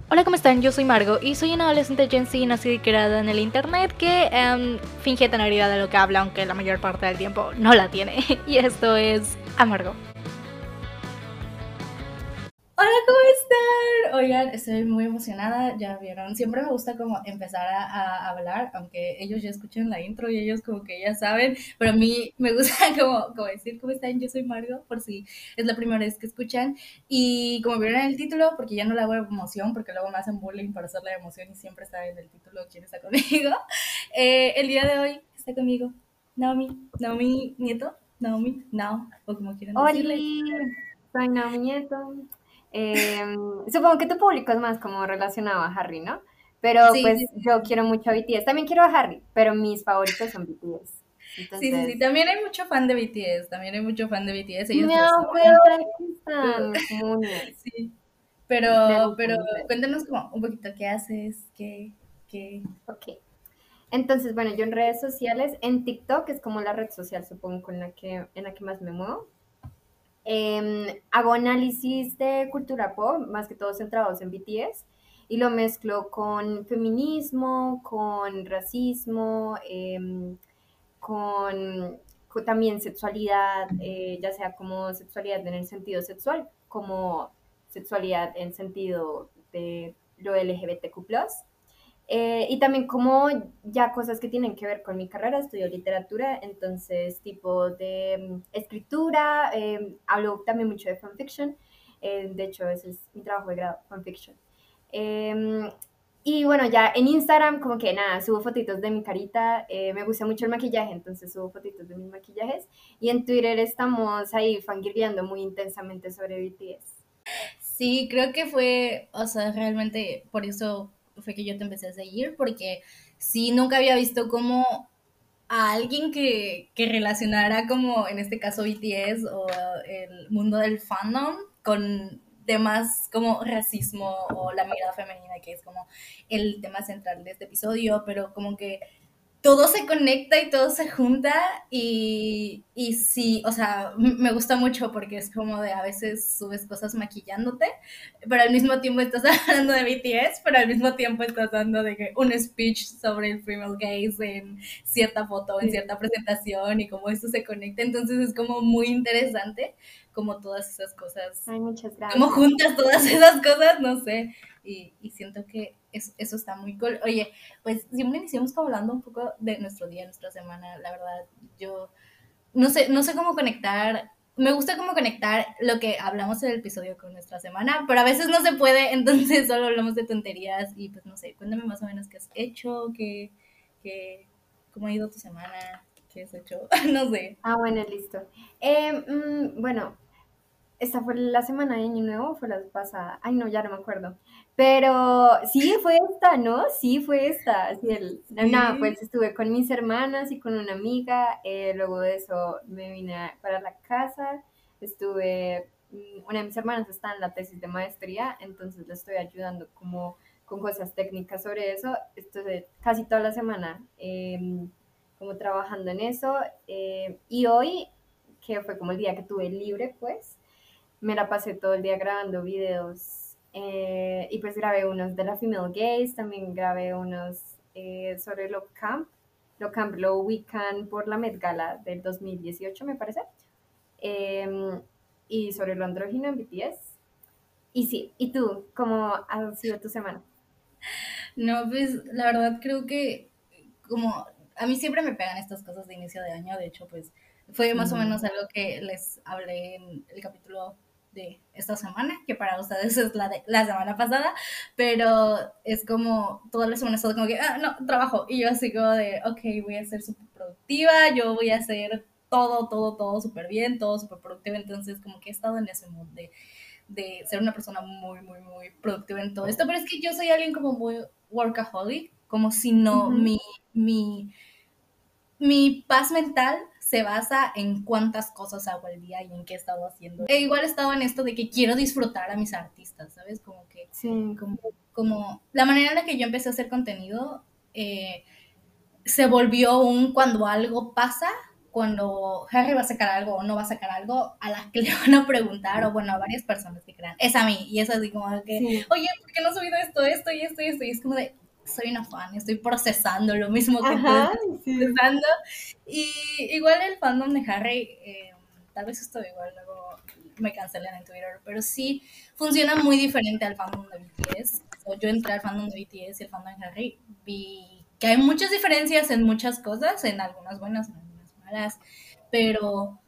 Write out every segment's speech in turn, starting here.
Hola, ¿cómo están? Yo soy Margo y soy una adolescente Gen Z nacida y creada en el internet que finge tener idea de lo que habla, aunque la mayor parte del tiempo no la tiene. Y esto es Amargo. Hola, ¿cómo están? Oigan, estoy muy emocionada, ya vieron, siempre me gusta como empezar a hablar, aunque ellos ya escuchen la intro y ellos como que ya saben, pero a mí me gusta como decir, ¿cómo están? Yo soy Margo, por si es la primera vez que escuchan, y como vieron en el título, porque ya no le hago emoción, porque luego me hacen bullying para hacer la emoción y siempre está en el título quién está conmigo, el día de hoy está conmigo Naomi Nieto, Naomi, Now, o como quieran decirle. Oli, soy Naomi Nieto. Supongo que tu público es más como relacionado a Harry, ¿no? Pero Sí, sí, pues yo quiero mucho a BTS. También quiero a Harry, pero mis favoritos son BTS. sí, sí, sí, Entonces, también hay mucho fan de BTS, también hay mucho fan de BTS, sí ellos me he lo dado saben. cuenta que están como unidos. Sí, Me pero gustan ustedes. cuéntanos como un poquito qué haces, qué... Ok. Entonces, bueno, yo en redes sociales, en TikTok es como la red social, supongo, en la que más me muevo. Hago análisis de cultura pop, más que todo centrados en BTS, y lo mezclo con feminismo, con racismo, con también sexualidad, ya sea como sexualidad en el sentido sexual, como sexualidad en sentido de lo LGBTQ+. Y también como ya cosas que tienen que ver con mi carrera, estudio literatura, entonces tipo de escritura, hablo también mucho de fanfiction, de hecho ese es mi trabajo de grado, fanfiction. Eh, y bueno, ya en Instagram como que nada, subo fotitos de mi carita, me gusta mucho el maquillaje, entonces subo fotitos de mis maquillajes, y en Twitter estamos ahí fangirleando muy intensamente sobre BTS. Sí, creo que fue, o sea, realmente por eso fue que yo te empecé a seguir, porque sí, nunca había visto como a alguien que relacionara como en este caso BTS o el mundo del fandom con temas como racismo o la mirada femenina, que es como el tema central de este episodio, pero como que todo se conecta y todo se junta y sí, o sea, me gusta mucho porque es como de a veces subes cosas maquillándote, pero al mismo tiempo estás hablando de BTS, pero al mismo tiempo estás dando de que un speech sobre el female gaze en cierta foto, en Sí. cierta presentación y cómo esto se conecta, entonces es como muy interesante como todas esas cosas, Ay, muchas cómo gracias. juntas todas esas cosas, no sé, y siento que eso está muy cool. Oye, pues siempre iniciamos como hablando un poco de nuestro día, nuestra semana. La verdad, yo no sé cómo conectar. Me gusta cómo conectar lo que hablamos en el episodio con nuestra semana, pero a veces no se puede, entonces solo hablamos de tonterías y pues no sé, cuéntame más o menos qué has hecho, cómo ha ido tu semana, qué has hecho, no sé. Ah, bueno, listo. Bueno, esta fue la semana de Año Nuevo, fue la pasada. Ay, no, ya no me acuerdo. Pero sí, fue esta, ¿no? Sí, fue esta. Sí, nada, Sí. pues estuve con mis hermanas y con una amiga. Luego de eso me vine para la casa. Estuve, una de mis hermanas está en la tesis de maestría, entonces le estoy ayudando como con cosas técnicas sobre eso. Estuve casi toda la semana como trabajando en eso. Y hoy, que fue como el día que tuve libre, pues me la pasé todo el día grabando videos y pues grabé unos de la Female Gaze, también grabé unos sobre lo camp. Lo camp lo ubican por la Met Gala del 2018, me parece. Eh, y sobre lo andrógino en BTS. Y sí, ¿y tú? ¿Cómo ha sido tu semana? No, pues la verdad creo que como a mí siempre me pegan estas cosas de inicio de año, de hecho pues fue más o Sí. menos algo que les hablé en el capítulo de esta semana, que para ustedes es la de la semana pasada, pero es como todas las semanas todo como que, ah, no, trabajo, y yo así como de, ok, voy a ser súper productiva, yo voy a hacer todo súper bien, todo súper productivo, entonces como que he estado en ese mood de ser una persona muy productiva en todo esto, pero es que yo soy alguien como muy workaholic, como si no, Ujú. mi paz mental se basa en cuántas cosas hago al día y en qué he estado haciendo. E igual he estado en esto de que quiero disfrutar a mis artistas, ¿sabes? Como que, Sí. como la manera en la que yo empecé a hacer contenido se volvió un cuando algo pasa, cuando Harry va a sacar algo o no va a sacar algo, a la que le van a preguntar, o bueno, a varias personas que crean, es a mí. Y es así como de que, Sí. oye, ¿por qué no has subido esto y esto y esto? Y es como de, soy una fan, estoy procesando lo mismo que tú Ajá, estás sí. procesando. Y igual el fandom de Harry, tal vez esto igual luego me cancelan en Twitter, pero sí funciona muy diferente al fandom de BTS. O yo entré al fandom de BTS y el fandom de Harry, vi que hay muchas diferencias en muchas cosas, en algunas buenas, en algunas malas, pero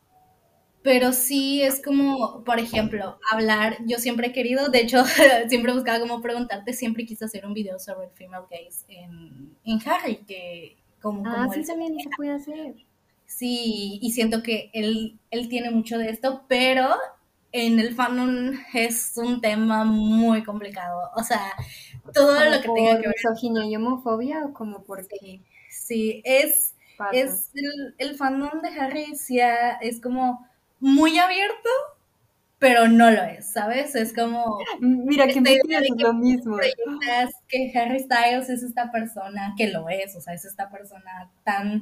sí es como, por ejemplo, hablar, yo siempre he querido, de hecho, siempre buscaba como preguntarte, siempre quise hacer un video sobre el female gaze en Harry, que Ah, como sí, él se también se maneja. puede hacer. Sí, y siento que él tiene mucho de esto, pero en el fandom es un tema muy complicado. O sea, todo lo ¿Como que tenga por que ver. misoginia y homofobia o como por Sí, qué sí, pasa? el fandom de Harry sí es como muy abierto, pero no lo es, ¿sabes? Es como Mira que esta mi idea tía de es que lo mismo. proyectas que Harry Styles es esta persona que lo es, o sea, es esta persona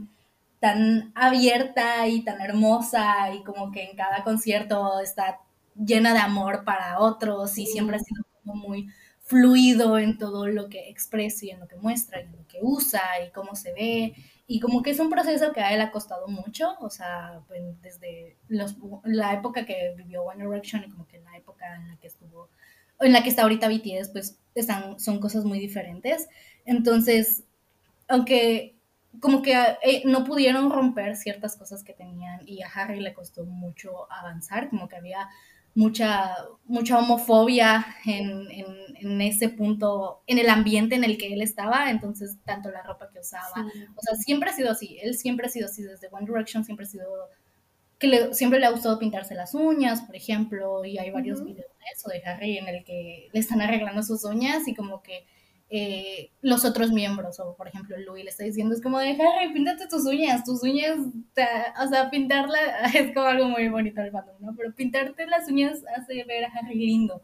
tan abierta y tan hermosa y como que en cada concierto está llena de amor para otros y siempre ha Sí. sido como muy fluido en todo lo que expresa y en lo que muestra y en lo que usa y cómo se ve y como que es un proceso que a él ha costado mucho, o sea, pues, desde la época que vivió One Direction y como que la época en la que estuvo, en la que está ahorita BTS, pues son cosas muy diferentes. Entonces, aunque como que no pudieron romper ciertas cosas que tenían y a Harry le costó mucho avanzar, como que había mucha homofobia en ese punto, en el ambiente en el que él estaba, entonces tanto la ropa que usaba, Sí. o sea, siempre ha sido así, él siempre ha sido así, desde One Direction siempre ha sido siempre le ha gustado pintarse las uñas, por ejemplo, y hay varios Ujú. videos de eso, de Harry, en el que le están arreglando sus uñas y como que los otros miembros, o por ejemplo Louis le está diciendo, es como de Harry, píntate tus uñas, o sea, pintarla es como algo muy bonito al fandom, ¿no? Pero pintarte las uñas hace ver a Harry lindo.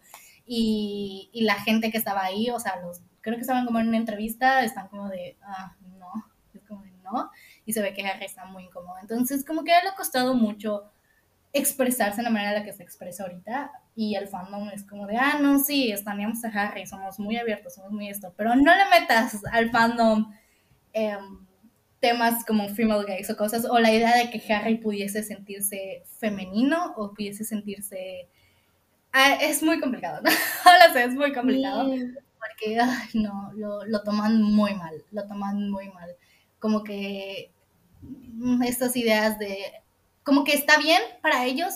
Y la gente que estaba ahí, o sea, creo que estaban como en una entrevista, están como de, no, es como de, no, y se ve que Harry está muy incómodo. Entonces, como que a él le ha costado mucho expresarse de la manera en la que se expresa ahorita y el fandom es como de, no, sí, estaneamos a Harry, somos muy abiertos, somos muy esto, pero no le metas al fandom eh, temas como female gaze o cosas, o la idea de que Harry pudiese sentirse femenino o pudiese sentirse... es muy complicado, ¿no? No lo sé, es muy complicado Sí. porque, no, lo toman muy mal, lo toman muy mal. Como que estas ideas de, como que está bien para ellos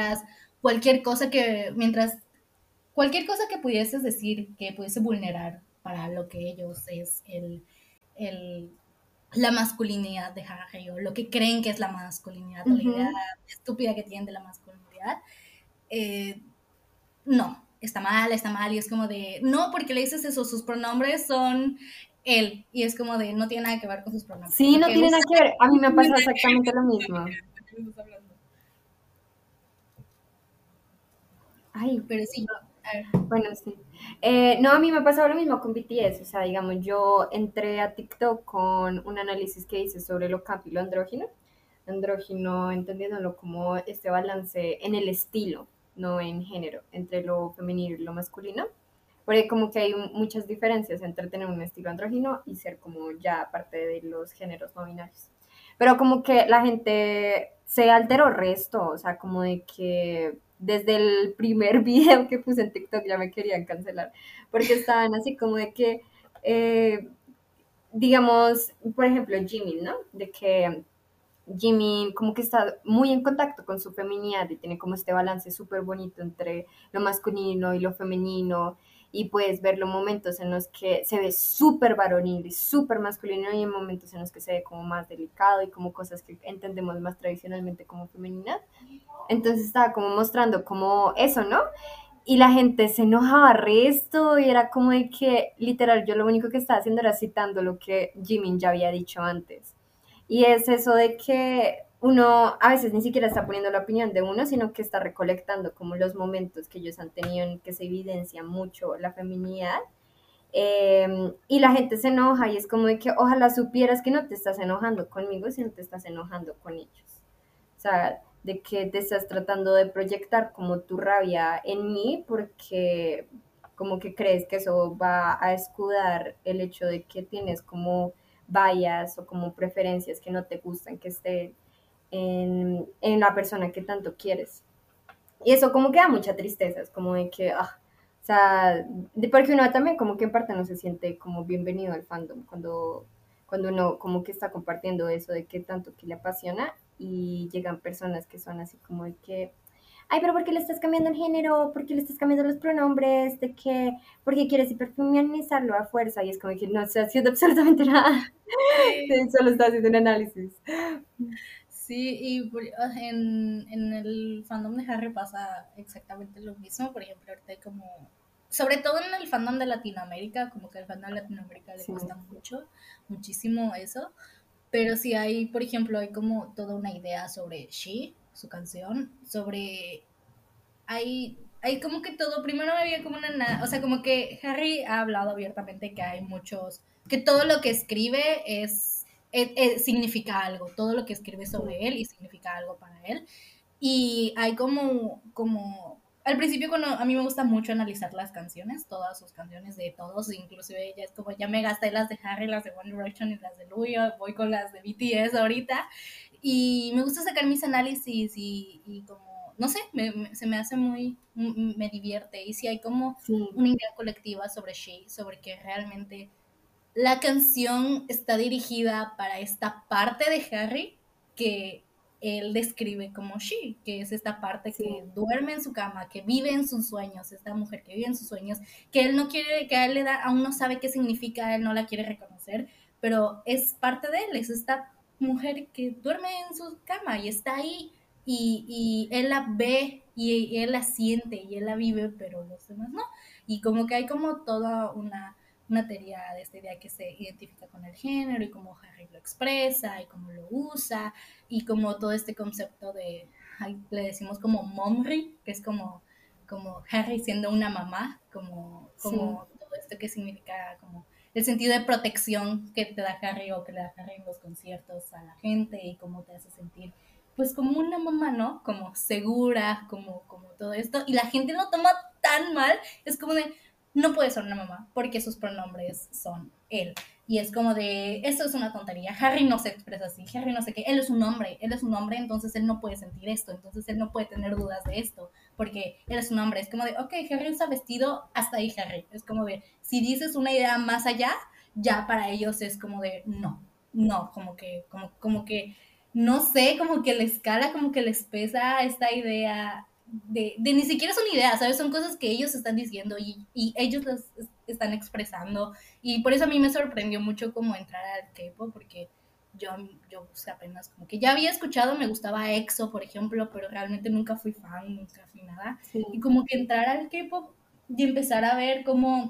mientras cualquier cosa que pudieses decir que pudiese vulnerar para lo que ellos es el la masculinidad de Harry o lo que creen que es la masculinidad o la idea Ujú. estúpida que tienen de la masculinidad, eh, no, está mal, y es como de, no, porque le dices eso, sus pronombres son él, y es como de, no tiene nada que ver con sus pronombres, Sí, lo no que tiene usa nada que ver. A mí me ha pasado exactamente lo mismo. Ay, pero sí, a ver, bueno, sí. No, a mí me ha pasado lo mismo con BTS. O sea, digamos, yo entré a TikTok con un análisis que hice sobre lo campi y lo andrógino. Andrógino, entendiéndolo como este balance en el estilo, no en género, entre lo femenino y lo masculino. Porque como que hay muchas diferencias entre tener un estilo andrógino y ser como ya parte de los géneros no binarios. Pero como que la gente se alteró resto, o sea, como de que desde el primer video que puse en TikTok ya me querían cancelar, porque estaban así como de que, digamos, por ejemplo, Jimmy, ¿no? De que Jimmy como que está muy en contacto con su feminidad y tiene como este balance súper bonito entre lo masculino y lo femenino y puedes ver los momentos en los que se ve súper varonil y súper masculino y en momentos en los que se ve como más delicado y como cosas que entendemos más tradicionalmente como feminidad. Entonces estaba como mostrando como eso, ¿no? Y la gente se enojaba resto y era como de que literal yo lo único que estaba haciendo era citando lo que Jimin ya había dicho antes. Y es eso de que uno a veces ni siquiera está poniendo la opinión de uno, sino que está recolectando como los momentos que ellos han tenido en que se evidencia mucho la feminidad. Y la gente se enoja y es como de que ojalá supieras que no te estás enojando conmigo, sino te estás enojando con ellos. O sea, de que te estás tratando de proyectar como tu rabia en mí porque como que crees que eso va a escudar el hecho de que tienes como vallas o como preferencias que no te gustan que esté en la persona que tanto quieres. Y eso como que da mucha tristeza, es como de que, o sea, porque uno también como que en parte no se siente como bienvenido al fandom cuando uno como que está compartiendo eso de que tanto que le apasiona y llegan personas que son así como de que, ay, pero ¿por qué le estás cambiando el género? ¿Por qué le estás cambiando los pronombres? ¿De qué? ¿Por qué quieres hiperfeminizarlo a fuerza? Y es como que no está haciendo absolutamente nada. Sí. Solo está haciendo un análisis. Sí, y en el fandom de Harry pasa exactamente lo mismo. Por ejemplo, ahorita hay como, sobre todo en el fandom de Latinoamérica, como que al fandom de Latinoamérica le Sí, cuesta mucho, muchísimo eso. Pero sí hay, por ejemplo, hay como toda una idea sobre She, su canción, sobre hay como que todo, primero había como o sea, como que Harry ha hablado abiertamente que hay muchos, que todo lo que escribe significa algo, todo lo que escribe sí, sobre él y significa algo para él. Y hay como, al principio cuando a mí me gusta mucho analizar las canciones, todas sus canciones de todos, inclusive ella es como, ya me gasté las de Harry, las de One Direction y las de Louis, voy con las de BTS ahorita, y me gusta sacar mis análisis y como, no sé, se me hace me divierte, y si hay como sí, una idea colectiva sobre She, sobre que realmente la canción está dirigida para esta parte de Harry que él describe como She, que es esta parte sí, que duerme en su cama, que vive en sus sueños, esta mujer que vive en sus sueños, que él no quiere, que a él le da, aún no sabe qué significa, él no la quiere reconocer, pero es parte de él, es esta mujer que duerme en su cama y está ahí y él la ve y él la siente y él la vive, pero los demás no. Y como que hay como toda una teoría de esta idea que se identifica con el género y cómo Harry lo expresa y cómo lo usa y como todo este concepto de, le decimos como momry, que es como Harry siendo una mamá, sí. como todo esto que significa como el sentido de protección que te da Harry o que le da Harry en los conciertos a la gente y cómo te hace sentir pues como una mamá, ¿no? Como segura, como todo esto. Y la gente lo toma tan mal, es como de, no puede ser una mamá porque sus pronombres son él. Y es como de, esto es una tontería. Harry no se expresa así, Harry no sé qué, él es un hombre, entonces él no puede sentir esto, entonces él no puede tener dudas de esto, porque él es un hombre. Es como de, ok, Harry usa vestido, hasta ahí Harry. Es como de, si dices una idea más allá, ya para ellos es como de, no, no, como que, no sé, como que les cala, como que les pesa esta idea de ni siquiera son ideas, ¿sabes? Son cosas que ellos están diciendo y ellos las están expresando. Y por eso a mí me sorprendió mucho como entrar al K-pop, porque yo, yo pues, apenas como que ya había escuchado, me gustaba EXO, por ejemplo, pero realmente nunca fui fan, nunca fui nada. Sí, Y como que entrar al K-pop y empezar a ver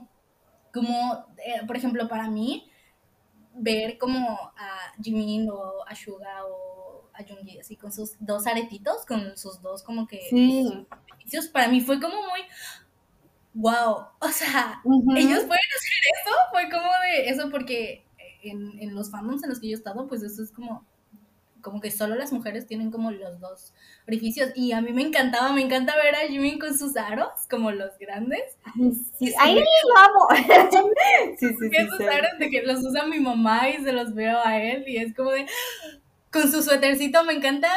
por ejemplo, para mí, ver como a Jimin o a Suga o a Junggi así con sus dos aretitos, con sus dos como que sí. edificios, para mí fue como muy wow, o sea, ellos Ujú. pueden hacer eso, fue como de eso porque en los fandoms en los que yo he estado, pues eso es como que solo las mujeres tienen como los dos orificios y a mí me encanta ver a Jimin con sus aros, como los grandes, Ay, que sí, se ¡ay, me lo amo! Sí, sí, sí, esos sé. aros de que los usa mi mamá y se los veo a él y es como de, con su suétercito, me encanta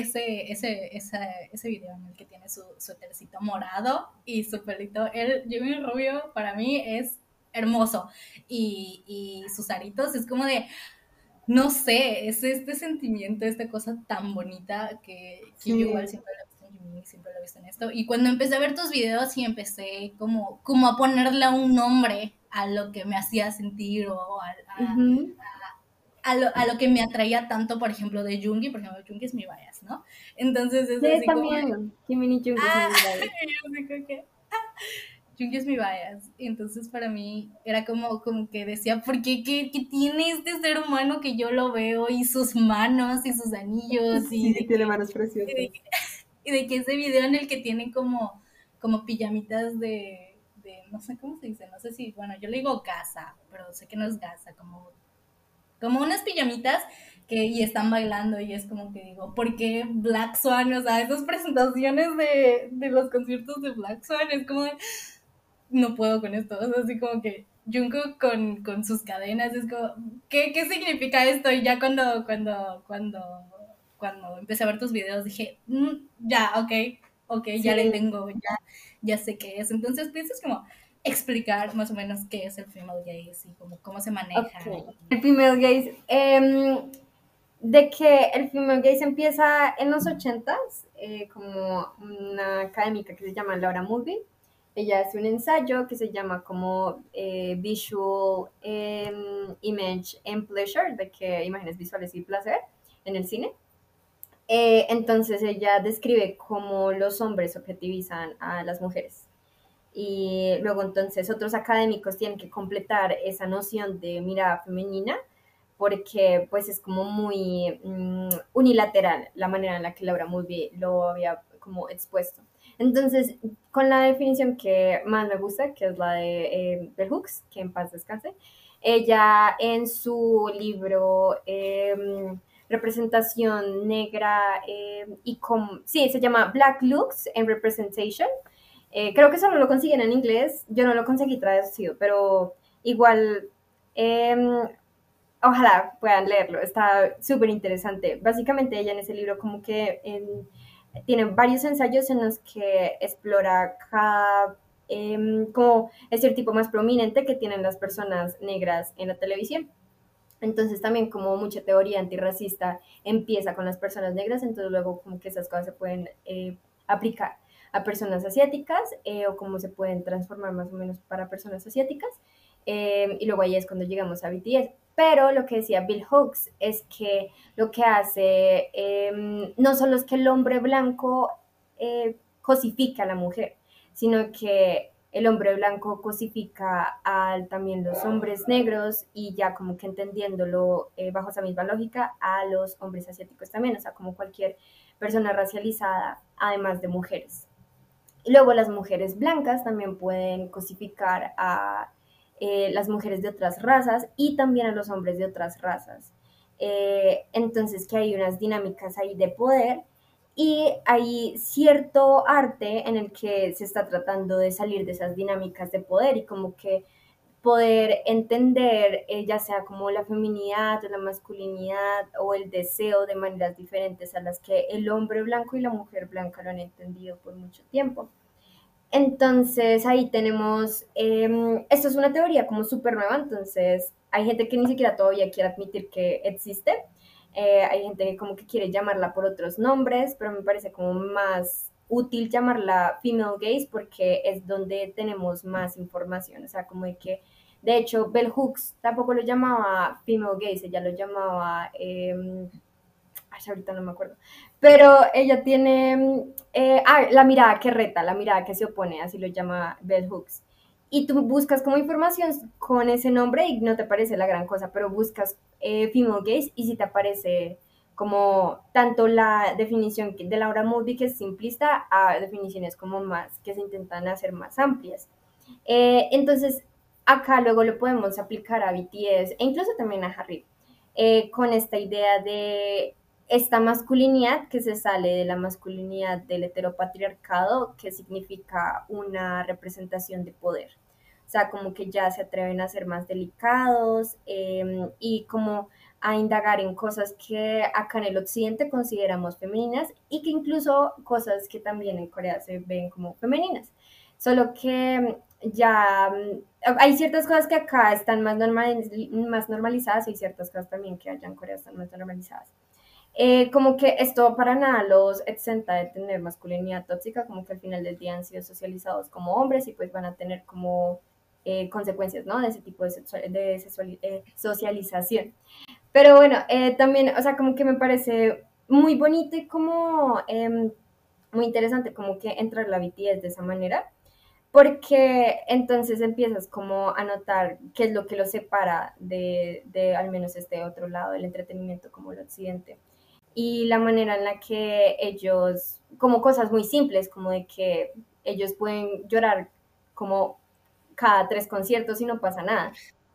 ese video en el que tiene su suétercito morado y su pelito. El Jimmy Rubio para mí es hermoso. Y sus aritos es como de, no sé, es este sentimiento, esta cosa tan bonita que yo igual Sí. siempre lo he visto en Jimmy, siempre lo he visto en esto. Y cuando empecé a ver tus videos y empecé como a ponerle un nombre a lo que me hacía sentir o Ujú. a lo que me atraía tanto, por ejemplo, de Jungi, por ejemplo, Jungi es mi bias, ¿no? Entonces es Sí, así como, también. Jimin y Jungkook son ah, mis vibes. yo sé que Jungi es mi bias. Y entonces para mí era como que decía, ¿por qué? ¿Qué tiene este ser humano que yo lo veo? Y sus manos y sus anillos Sí, tiene manos preciosas. y de que ese video en el que tiene como pijamitas no sé cómo se dice, no sé si, bueno, yo le digo gasa, pero sé que no es gasa, como unas pijamitas y están bailando y es como que digo, ¿por qué Black Swan? O sea, esas presentaciones de los conciertos de Black Swan es como, no puedo con esto, o sea, así como que Jungkook con sus cadenas, es como, ¿qué significa esto? Y ya cuando empecé a ver tus videos dije, ya, ok, ya le Sí, tengo, ya sé qué es. Entonces piensas como explicar más o menos qué es el female gaze y como cómo se maneja. ok. El female gaze, de que el female gaze empieza en los 80s, como una académica que se llama Laura Mulvey. Ella hace un ensayo que se llama como Visual Image and Pleasure, de que imágenes visuales y placer en el cine. Entonces ella describe cómo los hombres objetivizan a las mujeres. Y luego entonces otros académicos tienen que completar esa noción de mirada femenina porque pues es como muy unilateral la manera en la que Laura Mulvey lo había como expuesto. Entonces, con la definición que más me gusta, que es la de Bell Hooks, que en paz descanse, ella en su libro Representación Negra sí, se llama Black Looks and Representation. Creo que solo lo consiguen en inglés, yo no lo conseguí traducido, pero igual eh, ojalá puedan leerlo, está súper interesante. Básicamente ella en ese libro como que tiene varios ensayos en los que explora cada como estereotipo más prominente que tienen las personas negras en la televisión. Entonces también como mucha teoría antirracista empieza con las personas negras, entonces luego como que esas cosas se pueden aplicar a personas asiáticas o cómo se pueden transformar más o menos para personas asiáticas. Y luego ahí es cuando llegamos a BTS. Pero lo que decía Bill Hooks es que lo que hace no solo es que el hombre blanco cosifica a la mujer, sino que el hombre blanco cosifica a también los hombres negros y ya como que entendiéndolo bajo esa misma lógica a los hombres asiáticos también, o sea, como cualquier persona racializada, además de mujeres. Y luego las mujeres blancas también pueden cosificar a las mujeres de otras razas y también a los hombres de otras razas. Entonces que hay unas dinámicas ahí de poder y hay cierto arte en el que se está tratando de salir de esas dinámicas de poder y como que poder entender ya sea como la feminidad o la masculinidad o el deseo de maneras diferentes a las que el hombre blanco y la mujer blanca lo han entendido por mucho tiempo. Entonces ahí tenemos, esto es una teoría como súper nueva, entonces hay gente que ni siquiera todavía quiere admitir que existe, hay gente que como que quiere llamarla por otros nombres, pero me parece como más útil llamarla female gaze porque es donde tenemos más información, o sea, como de que, de hecho, Bell Hooks tampoco lo llamaba female gaze, ella lo llamaba ay, ahorita no me acuerdo, pero ella tiene la mirada que reta, la mirada que se opone, así lo llama Bell Hooks. Y tú buscas como información con ese nombre y no te parece la gran cosa, pero buscas female gaze y si te aparece como tanto la definición de Laura Mulvey, que es simplista, a definiciones como más, que se intentan hacer más amplias. Entonces, acá luego lo podemos aplicar a BTS e incluso también a Harry, con esta idea de esta masculinidad que se sale de la masculinidad del heteropatriarcado, que significa una representación de poder. O sea, como que ya se atreven a ser más delicados y como a indagar en cosas que acá en el occidente consideramos femeninas y que incluso cosas que también en Corea se ven como femeninas. Solo que ya hay ciertas cosas que acá están más normalizadas y ciertas cosas también que allá en Corea están más normalizadas. Como que esto para nada los exenta de tener masculinidad tóxica, como que al final del día han sido socializados como hombres y pues van a tener como consecuencias, ¿no? De ese tipo de socialización. Pero bueno, también, o sea, como que me parece muy bonito y como muy interesante como que entrar la BTS de esa manera, porque entonces empiezas como a notar qué es lo que lo separa de al menos este otro lado del entretenimiento como el occidente y la manera en la que ellos, como cosas muy simples, como de que ellos pueden llorar como cada 3 conciertos y no pasa nada.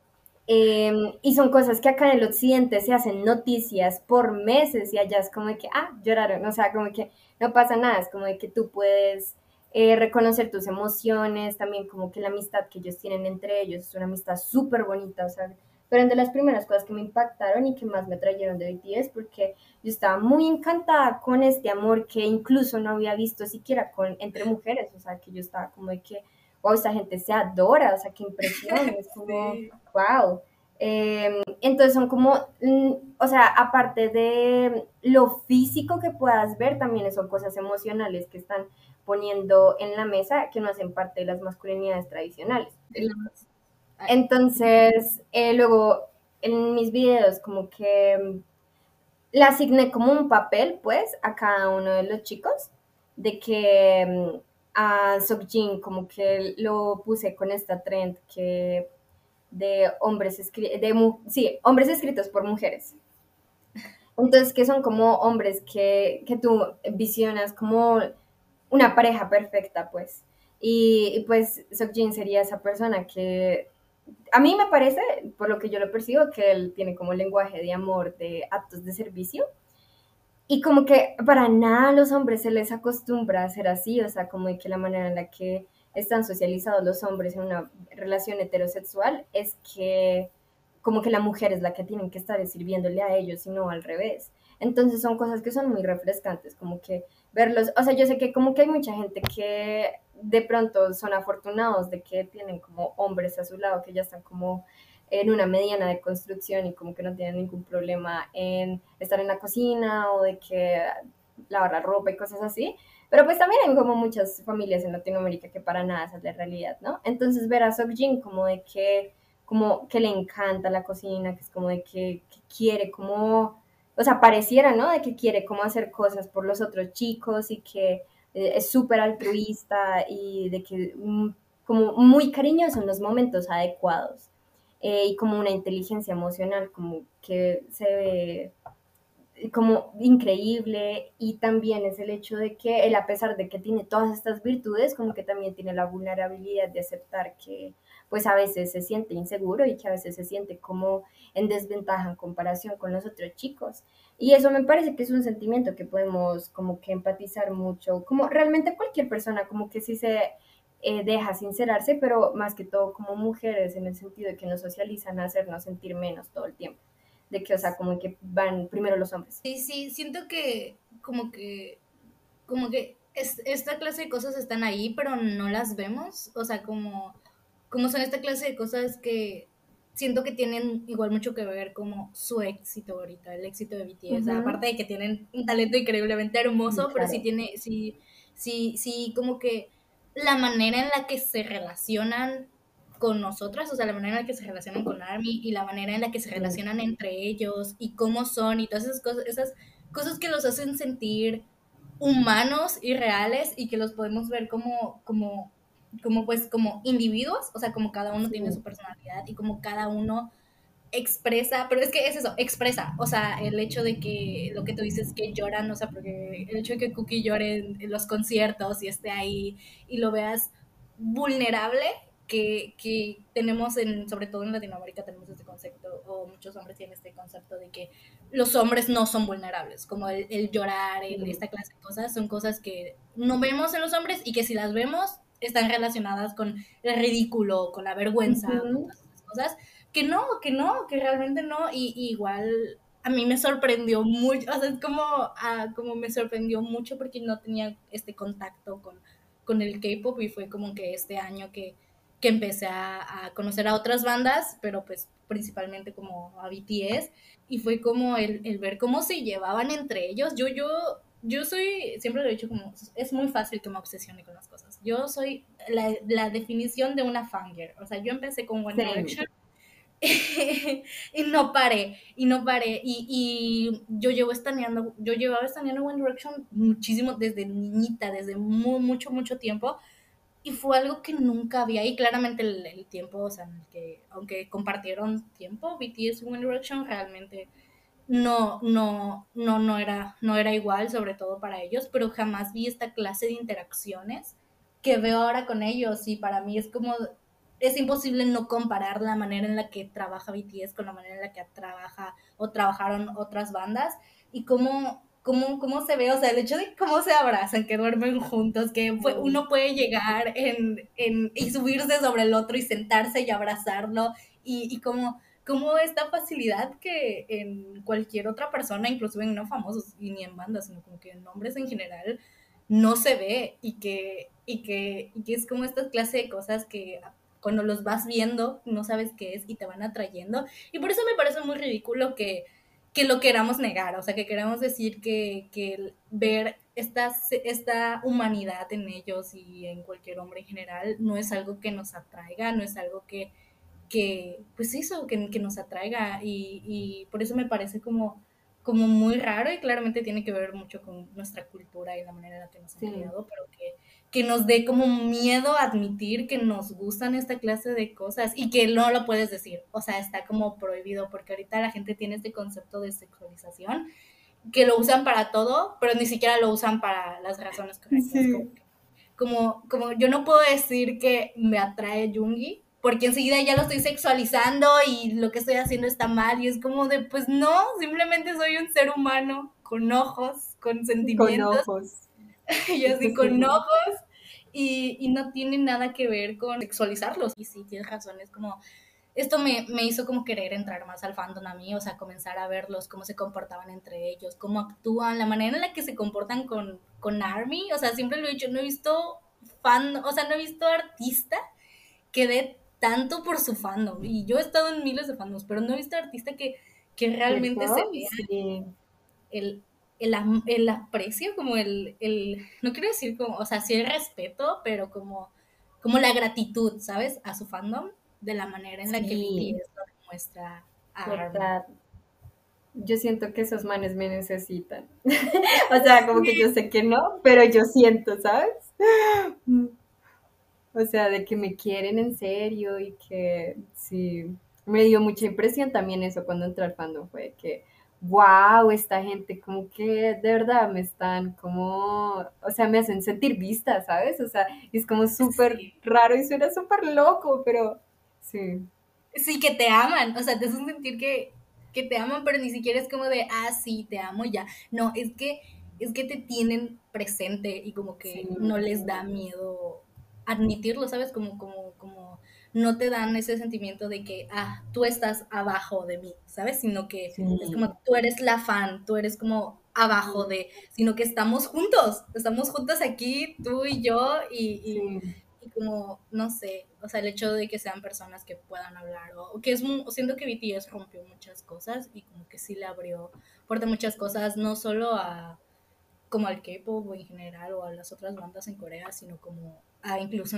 Y son cosas que acá en el occidente se hacen noticias por meses y allá es como de que, lloraron, o sea, como que no pasa nada, es como de que tú puedes reconocer tus emociones, también como que la amistad que ellos tienen entre ellos es una amistad súper bonita, o sea, fueron de las primeras cosas que me impactaron y que más me trajeron de BTS porque yo estaba muy encantada con este amor que incluso no había visto siquiera entre mujeres, o sea, que yo estaba como de que, wow, esta gente se adora, o sea, qué impresión, es como, Sí. wow. Entonces son como, o sea, aparte de lo físico que puedas ver, también son cosas emocionales que están poniendo en la mesa que no hacen parte de las masculinidades tradicionales. Entonces, luego en mis videos como que le asigné como un papel, pues, a cada uno de los chicos, de que a Seokjin como que lo puse con esta trend que de hombres, sí, hombres escritos por mujeres. Entonces, que son como hombres que tú visionas como una pareja perfecta, pues. Y pues Seokjin sería esa persona que a mí me parece, por lo que yo lo percibo, que él tiene como lenguaje de amor, de actos de servicio. Y como que para nada a los hombres se les acostumbra a ser así, o sea, como de que la manera en la que están socializados los hombres en una relación heterosexual es que como que la mujer es la que tienen que estar sirviéndole a ellos y no al revés. Entonces son cosas que son muy refrescantes, como que verlos, o sea, yo sé que como que hay mucha gente que de pronto son afortunados de que tienen como hombres a su lado que ya están como en una mediana de construcción y como que no tienen ningún problema en estar en la cocina o de que lavar la ropa y cosas así. Pero pues también hay como muchas familias en Latinoamérica que para nada esa es la realidad, ¿no? Entonces ver a Seokjin como que le encanta la cocina, que es como de que quiere como, o sea, pareciera, ¿no? De que quiere como hacer cosas por los otros chicos y que es súper altruista y de que como muy cariñoso en los momentos adecuados y como una inteligencia emocional como que se ve como increíble y también es el hecho de que él a pesar de que tiene todas estas virtudes como que también tiene la vulnerabilidad de aceptar que pues a veces se siente inseguro y que a veces se siente como en desventaja en comparación con los otros chicos y eso me parece que es un sentimiento que podemos como que empatizar mucho como realmente cualquier persona como que sí se deja sincerarse pero más que todo como mujeres en el sentido de que nos socializan a hacernos sentir menos todo el tiempo de que, o sea, como que van primero los hombres. Sí, sí, siento que esta clase de cosas están ahí, pero no las vemos. O sea, como son esta clase de cosas que siento que tienen igual mucho que ver como su éxito ahorita, el éxito de BTS. Ujú. Aparte de que tienen un talento increíblemente Sí, hermoso, pero claro. sí, como que la manera en la que se relacionan con nosotras, o sea, la manera en la que se relacionan con ARMY y la manera en la que se Sí. relacionan entre ellos y cómo son y todas esas cosas que los hacen sentir humanos y reales y que los podemos ver como individuos, o sea, como cada uno Sí. tiene su personalidad y como cada uno expresa, pero es que es eso, expresa, o sea, el hecho de que lo que tú dices que lloran, o sea, porque el hecho de que Cookie llore en los conciertos y esté ahí y lo veas vulnerable, que tenemos sobre todo en Latinoamérica tenemos este concepto, o muchos hombres tienen este concepto de que los hombres no son vulnerables, como el llorar, Sí. esta clase de cosas, son cosas que no vemos en los hombres y que si las vemos están relacionadas con el ridículo, con la vergüenza, con Ujú. todas esas cosas, que realmente no, y igual a mí me sorprendió mucho, o sea, es como me sorprendió mucho porque no tenía este contacto con el K-pop y fue como que este año que empecé a conocer a otras bandas, pero pues principalmente como a BTS, y fue como el ver cómo se llevaban entre ellos. Yo soy, siempre lo he dicho, como es muy fácil que me obsesione con las cosas. Yo soy la definición de una fangirl. O sea, yo empecé con One Same. Direction y no paré, y no paré. Y yo llevaba estaneando One Direction muchísimo desde niñita, desde mucho, mucho tiempo. Y fue algo que nunca había, y claramente el tiempo, o sea, en el que, aunque compartieron tiempo, BTS y One Direction realmente no era igual, sobre todo para ellos, pero jamás vi esta clase de interacciones que veo ahora con ellos, y para mí es como es imposible no comparar la manera en la que trabaja BTS con la manera en la que trabaja o trabajaron otras bandas y cómo se ve, o sea, el hecho de cómo se abrazan, que duermen juntos, que uno puede llegar y subirse sobre el otro y sentarse y abrazarlo y como esta facilidad que en cualquier otra persona, inclusive en no famosos y ni en bandas, sino como que en hombres en general, no se ve y que es como esta clase de cosas que cuando los vas viendo no sabes qué es y te van atrayendo. Y por eso me parece muy ridículo que lo queramos negar, o sea, que queramos decir que ver esta humanidad en ellos y en cualquier hombre en general no es algo que nos atraiga, no es algo pues eso, que nos atraiga y por eso me parece como muy raro y claramente tiene que ver mucho con nuestra cultura y la manera en la que nos han Sí, criado, pero que nos dé como miedo admitir que nos gustan esta clase de cosas y que no lo puedes decir, o sea, está como prohibido porque ahorita la gente tiene este concepto de sexualización que lo usan para todo, pero ni siquiera lo usan para las razones correctas, sí, como yo no puedo decir que me atrae Jungi, porque enseguida ya lo estoy sexualizando y lo que estoy haciendo está mal, y es como de, pues no, simplemente soy un ser humano con ojos, con con sentimientos, ojos. y así con Sí, ojos, y no tiene nada que ver con sexualizarlos. Y sí, tienes razón, es como, esto me hizo como querer entrar más al fandom a mí, o sea, comenzar a verlos, cómo se comportaban entre ellos, cómo actúan, la manera en la que se comportan con ARMY, o sea, siempre lo he dicho, no he visto o sea, no he visto artista que dé tanto por su fandom, y yo he estado en miles de fandoms, pero no he visto artista que realmente se ¿cierto? vea Sí, el, el aprecio, como no quiero decir como, o sea, sí el respeto, pero como la gratitud, ¿sabes? A su fandom, de la manera en la que sí, BTS lo demuestra a ARMY. total. Yo siento que esos manes me necesitan. O sea, como que yo sé que no, pero yo siento, ¿sabes? O sea, de que me quieren en serio y que sí, me dio mucha impresión también eso cuando entré al fandom, fue que, wow, esta gente como que de verdad me están como, o sea, me hacen sentir vista, ¿sabes? O sea, es como súper Sí. raro y suena súper loco, pero sí, Sí, que te aman, o sea, te hacen sentir que te aman, pero ni siquiera es como de, ah, sí, te amo ya. No, es que te tienen presente y como sí, que no les da miedo admitirlo, ¿sabes? Como no te dan ese sentimiento de que, ah, tú estás abajo de mí, ¿sabes? Sino que es sí, como, tú eres la fan, tú eres como abajo sí, de, sino que estamos juntos aquí, tú y yo, sí, y como, no sé, o sea, el hecho de que sean personas que puedan hablar, o que siento que BTS rompió muchas cosas y como que sí le abrió puerta a muchas cosas, no solo como al K-pop en general o a las otras bandas en Corea, sino como a incluso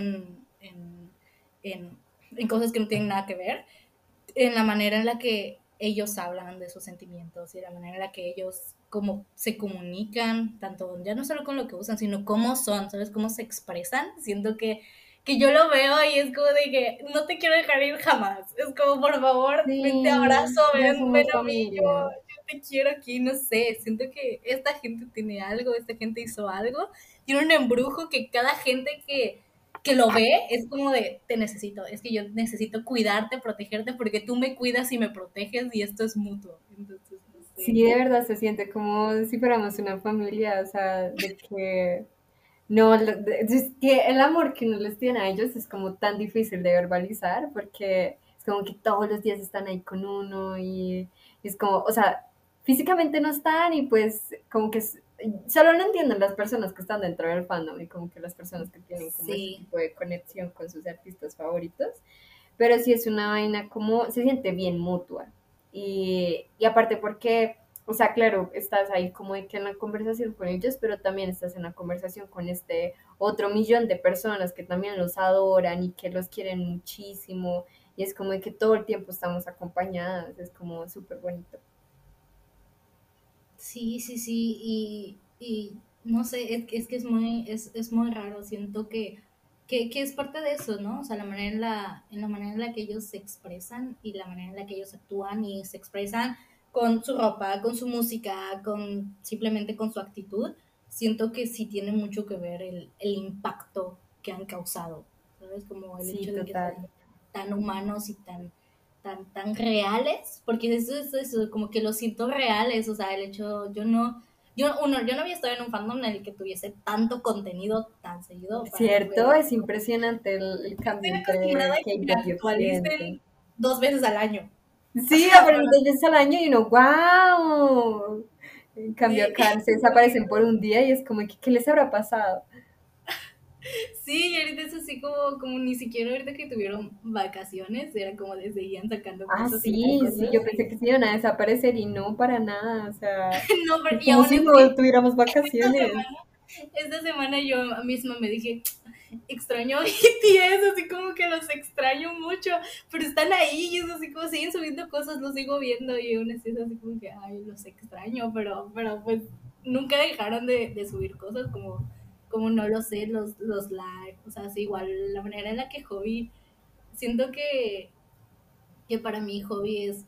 en, en cosas que no tienen nada que ver, en la manera en la que ellos hablan de sus sentimientos y la manera en la que ellos como se comunican, tanto ya no solo con lo que usan, sino cómo son, ¿sabes? Cómo se expresan. Siento que yo lo veo y es como de que no te quiero dejar ir jamás. Es como, por favor, ven, te abrazo, sí, ya ven somos a mí, yo, familia. yo te quiero aquí, no sé. Siento que esta gente tiene algo, esta gente hizo algo, tiene un embrujo que cada gente que lo ve es como de, te necesito, es que yo necesito cuidarte, protegerte, porque tú me cuidas y me proteges y esto es mutuo. Entonces, no sé. Sí, de verdad se siente como si fuéramos una familia, o sea, de que no, es que el amor que uno les tiene a ellos es como tan difícil de verbalizar porque es como que todos los días están ahí con uno y es como, o sea, físicamente no están y pues como que solo no entienden las personas que están dentro del fandom y como que las personas que tienen como ese Sí, tipo de conexión con sus artistas favoritos, pero sí es una vaina como, se siente bien mutua y aparte porque o sea, claro, estás ahí como de que en la conversación con ellos, pero también estás en la conversación con este otro millón de personas que también los adoran y que los quieren muchísimo. Y es como de que todo el tiempo estamos acompañadas, es como súper bonito. sí, sí, sí, y no sé, es que es muy raro, siento que es parte de eso, ¿no? O sea, en la manera en la que ellos se expresan y la manera en la que ellos actúan y se expresan con su ropa, con su música, simplemente con su actitud, siento que sí tiene mucho que ver el impacto que han causado, ¿sabes? Como el Sí, hecho de que total. tan humanos y tan reales, porque eso es eso, como que los siento reales, o sea, el hecho, yo no había estado en un fandom en el que tuviese tanto contenido tan seguido, para mí fue, Cierto, es impresionante el cambio estoy acostumbrada entre a que me K-pop y Occidente. actualicen 2 veces al año. O Sí, sea, aparecen 2 veces al año y uno, wow. En cambio sí, acá se desaparecen por un día y es como, ¿qué les habrá pasado? sí, y ahorita es así como ni siquiera ahorita que tuvieron vacaciones, era como les seguían sacando Ah, cosas y ya sí, sí, cosas. yo pensé que se iban a desaparecer y no para nada, o sea, No, es y como aún si no así, tuviéramos esta vacaciones. semana, esta semana yo misma me dije, extraño a BTS, así como que los extraño mucho, pero están ahí y es así como siguen subiendo cosas, los sigo viendo y aún así es así como que, ay, los extraño, pero pues nunca dejaron de subir cosas como no lo sé, los live, o sea, así igual la manera en la que Hobby, siento que para mí Hobby es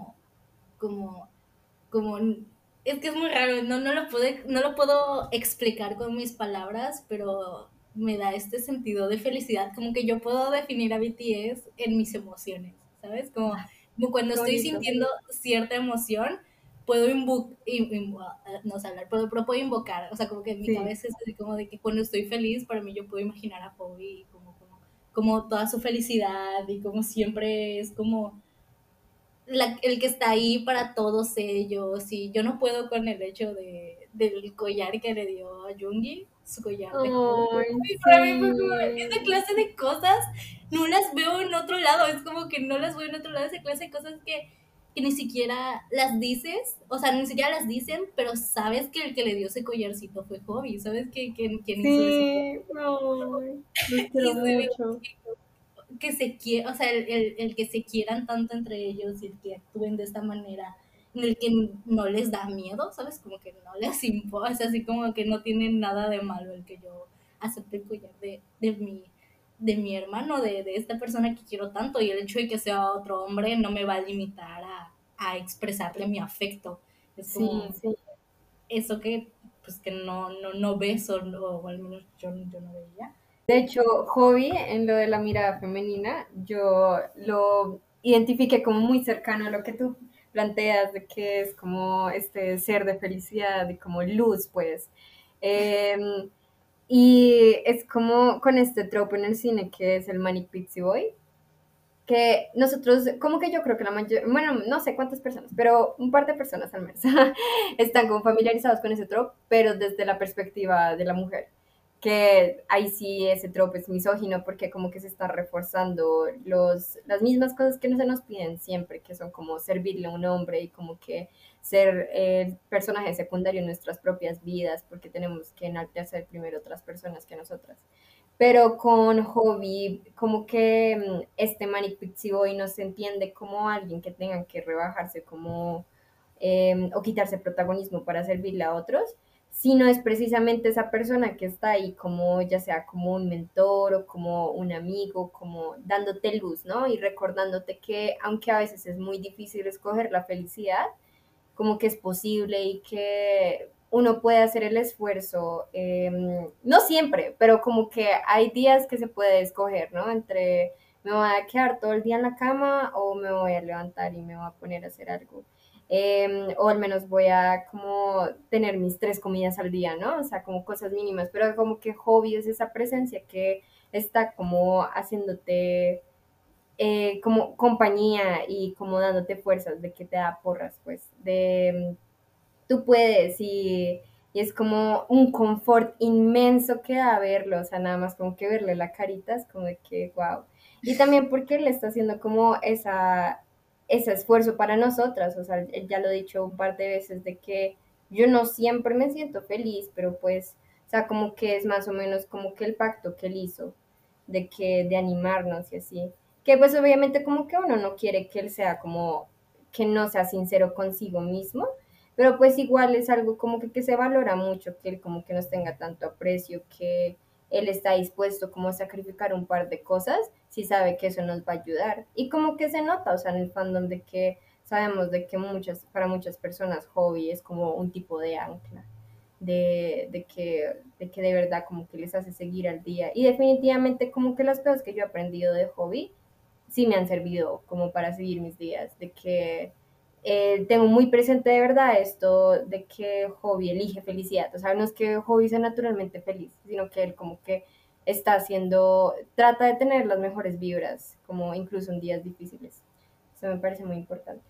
como como es que es muy raro, no lo puedo explicar con mis palabras, pero me da este sentido de felicidad, como que yo puedo definir a BTS en mis emociones, ¿sabes? Como cuando Qué estoy bonito. sintiendo cierta emoción, puedo no sé hablar, pero puedo invocar, o sea, como que en mi Sí, cabeza es así como de que cuando estoy feliz, para mí yo puedo imaginar a Bobby como toda su felicidad y como siempre es como el que está ahí para todos ellos y yo no puedo con el hecho del collar que le dio a Jungi, su collar de Hope. ay, Y para mí fue como, sí. esa clase de cosas no las veo en otro lado, es como que no las veo en otro lado, esa clase de cosas que ni siquiera las dices, o sea, ni siquiera las dicen, pero sabes que el que le dio ese collarcito fue Hobby, sabes quién hizo eso. Sí, ay, los quiero Y se ve mucho. que se quiera, o sea, el que se quieran tanto entre ellos y el que actúen de esta manera, en el que no les da miedo, ¿sabes? Como que no les importa, o sea, así como que no tienen nada de malo el que yo acepte el collar de mi hermano, de esta persona que quiero tanto, y el hecho de que sea otro hombre no me va a limitar a expresarle mi afecto. Es como Sí. eso que, pues, que no ves, o al menos yo no veía. De hecho, hobby en lo de la mirada femenina, yo lo identifiqué como muy cercano a lo que tú planteas, de que es como este ser de felicidad y como luz, pues. Eh, y es como con este tropo en el cine que es el Manic Pixie Boy, que nosotros, como que yo creo que la mayoría, bueno, no sé cuántas personas, pero un par de personas al menos, están como familiarizados con ese trope, pero desde la perspectiva de la mujer, que ahí sí ese trope es misógino porque como que se están reforzando las mismas cosas que no se nos piden siempre, que son como servirle a un hombre y como que ser el personaje secundario en nuestras propias vidas, porque tenemos que enaltecer primero otras personas que nosotras. Pero con Hobby, como que este Manic Pixie Boy no se entiende como alguien que tenga que rebajarse como o quitarse protagonismo para servirle a otros, sino es precisamente esa persona que está ahí como ya sea como un mentor o como un amigo, como dándote luz, ¿no? Y recordándote que aunque a veces es muy difícil escoger la felicidad, como que es posible y que uno puede hacer el esfuerzo, no siempre, pero como que hay días que se puede escoger, ¿no? Entre me voy a quedar todo el día en la cama o me voy a levantar y me voy a poner a hacer algo. O al menos voy a como tener mis 3 comidas al día, ¿no? O sea, como cosas mínimas, pero como que hobby es esa presencia que está como haciéndote como compañía y como dándote fuerzas, de que te da porras, pues, de tú puedes y es como un confort inmenso que da verlo, o sea, nada más como que verle la carita, es como de que, wow. Y también porque él está haciendo como ese esfuerzo para nosotras, o sea, él ya lo he dicho un par de veces, de que yo no siempre me siento feliz, pero pues, o sea, como que es más o menos como que el pacto que él hizo, de animarnos y así. Que pues obviamente como que uno no quiere que él sea como, que no sea sincero consigo mismo, pero pues igual es algo como que se valora mucho, que él como que nos tenga tanto aprecio, que él está dispuesto como a sacrificar un par de cosas si sabe que eso nos va a ayudar. Y como que se nota, o sea, en el fandom de que sabemos de que para muchas personas hobby es como un tipo de ancla, de que de verdad como que les hace seguir al día. Y definitivamente como que las cosas que yo he aprendido de hobby sí me han servido como para seguir mis días, de que tengo muy presente de verdad esto de que Hobby elige felicidad, o sea, no es que Hobby sea naturalmente feliz, sino que él como que está haciendo, trata de tener las mejores vibras, como incluso en días difíciles. Eso me parece muy importante.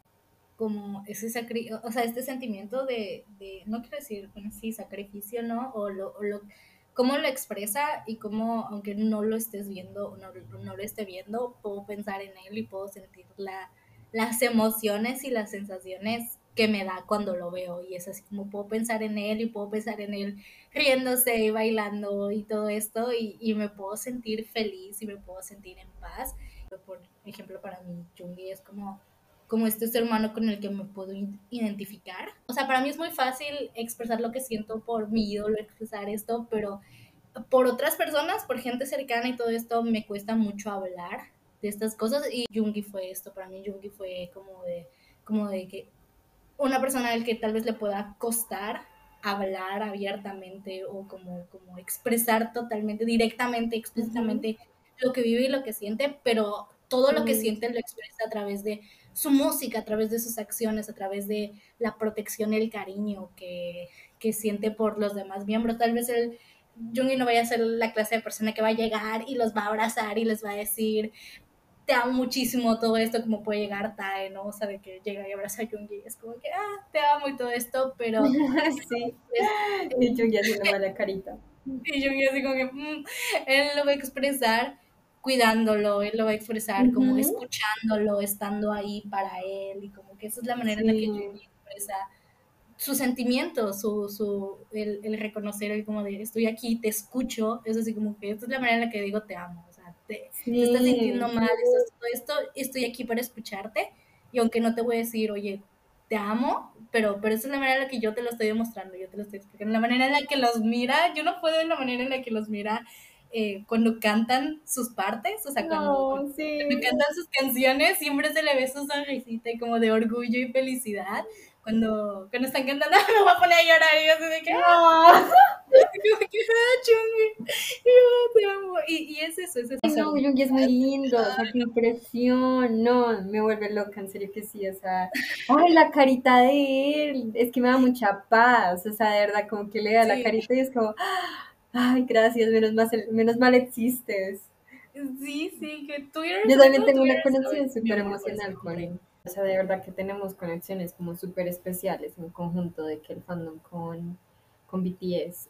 Como ese o sea, este sentimiento no quiero decir, bueno, sí, sacrificio, ¿no? Cómo lo expresa y cómo, aunque no lo estés viendo, no lo esté viendo, puedo pensar en él y puedo sentir las emociones y las sensaciones que me da cuando lo veo. Y es así como puedo pensar en él y puedo pensar en él riéndose y bailando y todo esto y me puedo sentir feliz y me puedo sentir en paz. Por ejemplo, para mí, Jungi es como este ser humano con el que me puedo identificar. O sea, para mí es muy fácil expresar lo que siento por mi ídolo, expresar esto, pero por otras personas, por gente cercana y todo esto, me cuesta mucho hablar de estas cosas y Jungi fue esto, para mí Jungi fue como de que una persona al que tal vez le pueda costar hablar abiertamente o como expresar totalmente, directamente, Ujú. explícitamente lo que vive y lo que siente, pero todo lo que Sí, siente lo expresa a través de su música, a través de sus acciones, a través de la protección y el cariño que siente por los demás miembros. Tal vez el Jungi no vaya a ser la clase de persona que va a llegar y los va a abrazar y les va a decir, te amo muchísimo todo esto, como puede llegar Tae, ¿no? O sea, de que llega y abraza a Jungi y es como que, te amo y todo esto, pero sí. es, Y yo ya haciendo mala carita. y Jungi así como que, él lo va a expresar cuidándolo, él lo va a expresar como Ujú. escuchándolo, estando ahí para él, y como que esa es la manera en la que Sí. Jungi expresa sus sentimientos, el reconocer el como de estoy aquí, te escucho, es así como que esta es la manera en la que digo te amo, o sea, te estás sintiendo Sí. mal, estás todo esto, estoy aquí para escucharte y aunque no te voy a decir, oye, te amo, pero esa es la manera en la que yo te lo estoy demostrando, yo te lo estoy explicando, la manera en la que los mira, yo no puedo en la manera en la que los mira cuando cantan sus partes, o sea, No, cuando sí. cantan sus canciones, siempre se le ve su sonrisita y como de orgullo y felicidad cuando están cantando, me voy a poner a llorar y yo así de que, No. como que, Chungi, y yo te amo. Y es eso, Ay, o sea, no, Yoongi es muy lindo, o sea, qué impresión, no, me vuelve loca, en serio que sí, o sea, ay, la carita de él, es que me da mucha paz, o sea, de verdad, como que le da la sí, carita y es como, ay, gracias, menos mal existes. sí, que Yo también tengo tú una eres, conexión mi súper amor por emocional siempre. o sea, de verdad que tenemos conexiones como súper especiales en conjunto de que el fandom con BTS.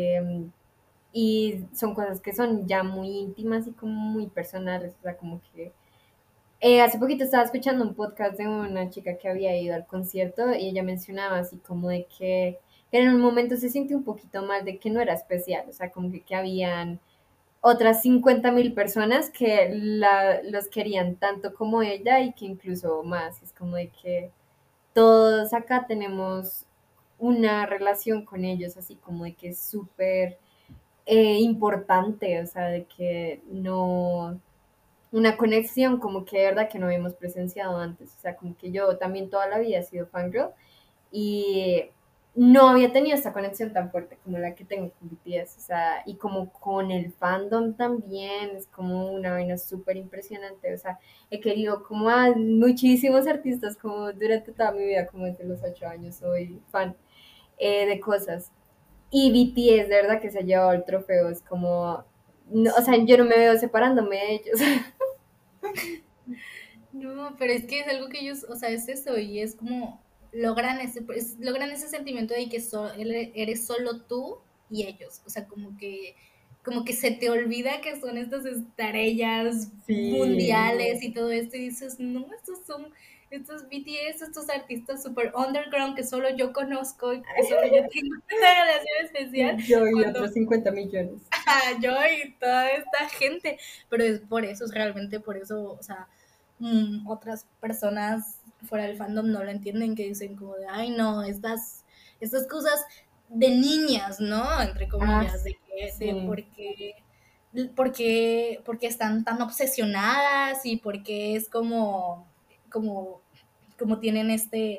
Y son cosas que son ya muy íntimas y como muy personales, o sea, como que hace poquito estaba escuchando un podcast de una chica que había ido al concierto y ella mencionaba así como de que en un momento se sintió un poquito mal de que no era especial, o sea, como que habían otras 50.000 personas que los querían tanto como ella y que incluso más, es como de que todos acá tenemos una relación con ellos, así como de que es súper importante, o sea, de que no, una conexión como que de verdad que no habíamos presenciado antes, o sea, como que yo también toda la vida he sido fangirl y no había tenido esta conexión tan fuerte como la que tengo con BTS, o sea, y como con el fandom también, es como una vaina súper impresionante, o sea, he querido como a muchísimos artistas como durante toda mi vida, como desde los 8 años soy fan de cosas, y BTS de verdad que se ha llevado el trofeo, es como, no, o sea, Sí. yo no me veo separándome de ellos. No, pero es que es algo que ellos, o sea, es eso, y es como logran ese sentimiento de que eres solo tú y ellos, o sea, como que se te olvida que son estas estrellas Sí, mundiales y todo esto, y dices, no, estos BTS, estos artistas super underground que solo yo conozco y que solo yo tengo una relación especial, y yo y cuando otros 50 millones. yo y toda esta gente, pero es por eso, es realmente por eso, o sea, otras personas fuera del fandom no lo entienden, que dicen como de, ay no, estas cosas de niñas, ¿no? Entre Ah, comillas, de sí. porque están tan obsesionadas y porque es como, como tienen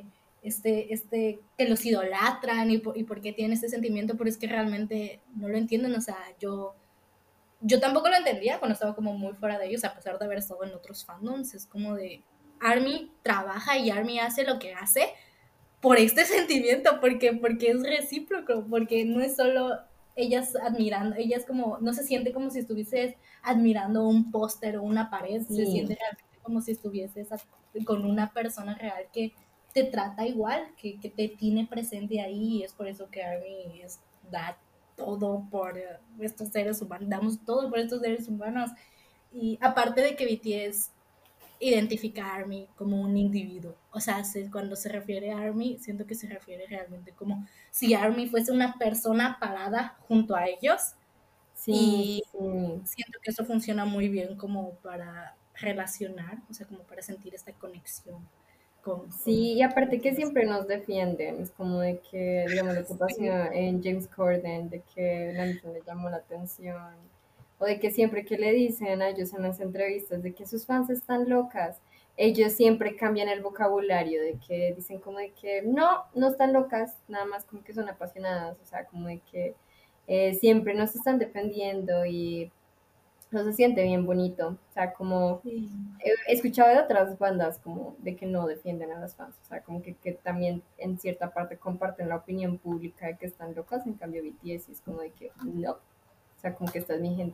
que los idolatran y por qué tienen este sentimiento, pero es que realmente no lo entienden, o sea, yo tampoco lo entendía cuando estaba como muy fuera de ellos, a pesar de haber estado en otros fandoms. Es como de, ARMY trabaja y ARMY hace lo que hace por este sentimiento, porque es recíproco, porque no es solo ellas admirando, ellas como, no se siente como si estuvieses admirando un póster o una pared, se Sí, siente realmente como si estuvieses con una persona real que te trata igual, que te tiene presente ahí, y es por eso que ARMY da todo por estos seres humanos, damos todo por estos seres humanos, y aparte de que BTS identifica a ARMY como un individuo. O sea, cuando se refiere a ARMY, siento que se refiere realmente como si ARMY fuese una persona parada junto a ellos, sí, y sí. siento que eso funciona muy bien como para relacionar, o sea, como para sentir esta conexión Sí, y con aparte que BTS. siempre nos defienden, es como de que, digamos, lo que pasó Sí. en James Corden, de que Namjoon le llamó la atención, o de que siempre que le dicen a ellos en las entrevistas de que sus fans están locas, ellos siempre cambian el vocabulario, de que dicen como de que no, no están locas, nada más como que son apasionadas, o sea, como de que siempre nos están defendiendo y no se siente bien bonito, o sea, como Sí. he escuchado de otras bandas como de que no defienden a las fans, o sea, como que también en cierta parte comparten la opinión pública de que están locas, en cambio BTS es como de que no, o sea, como que esta es mi gente.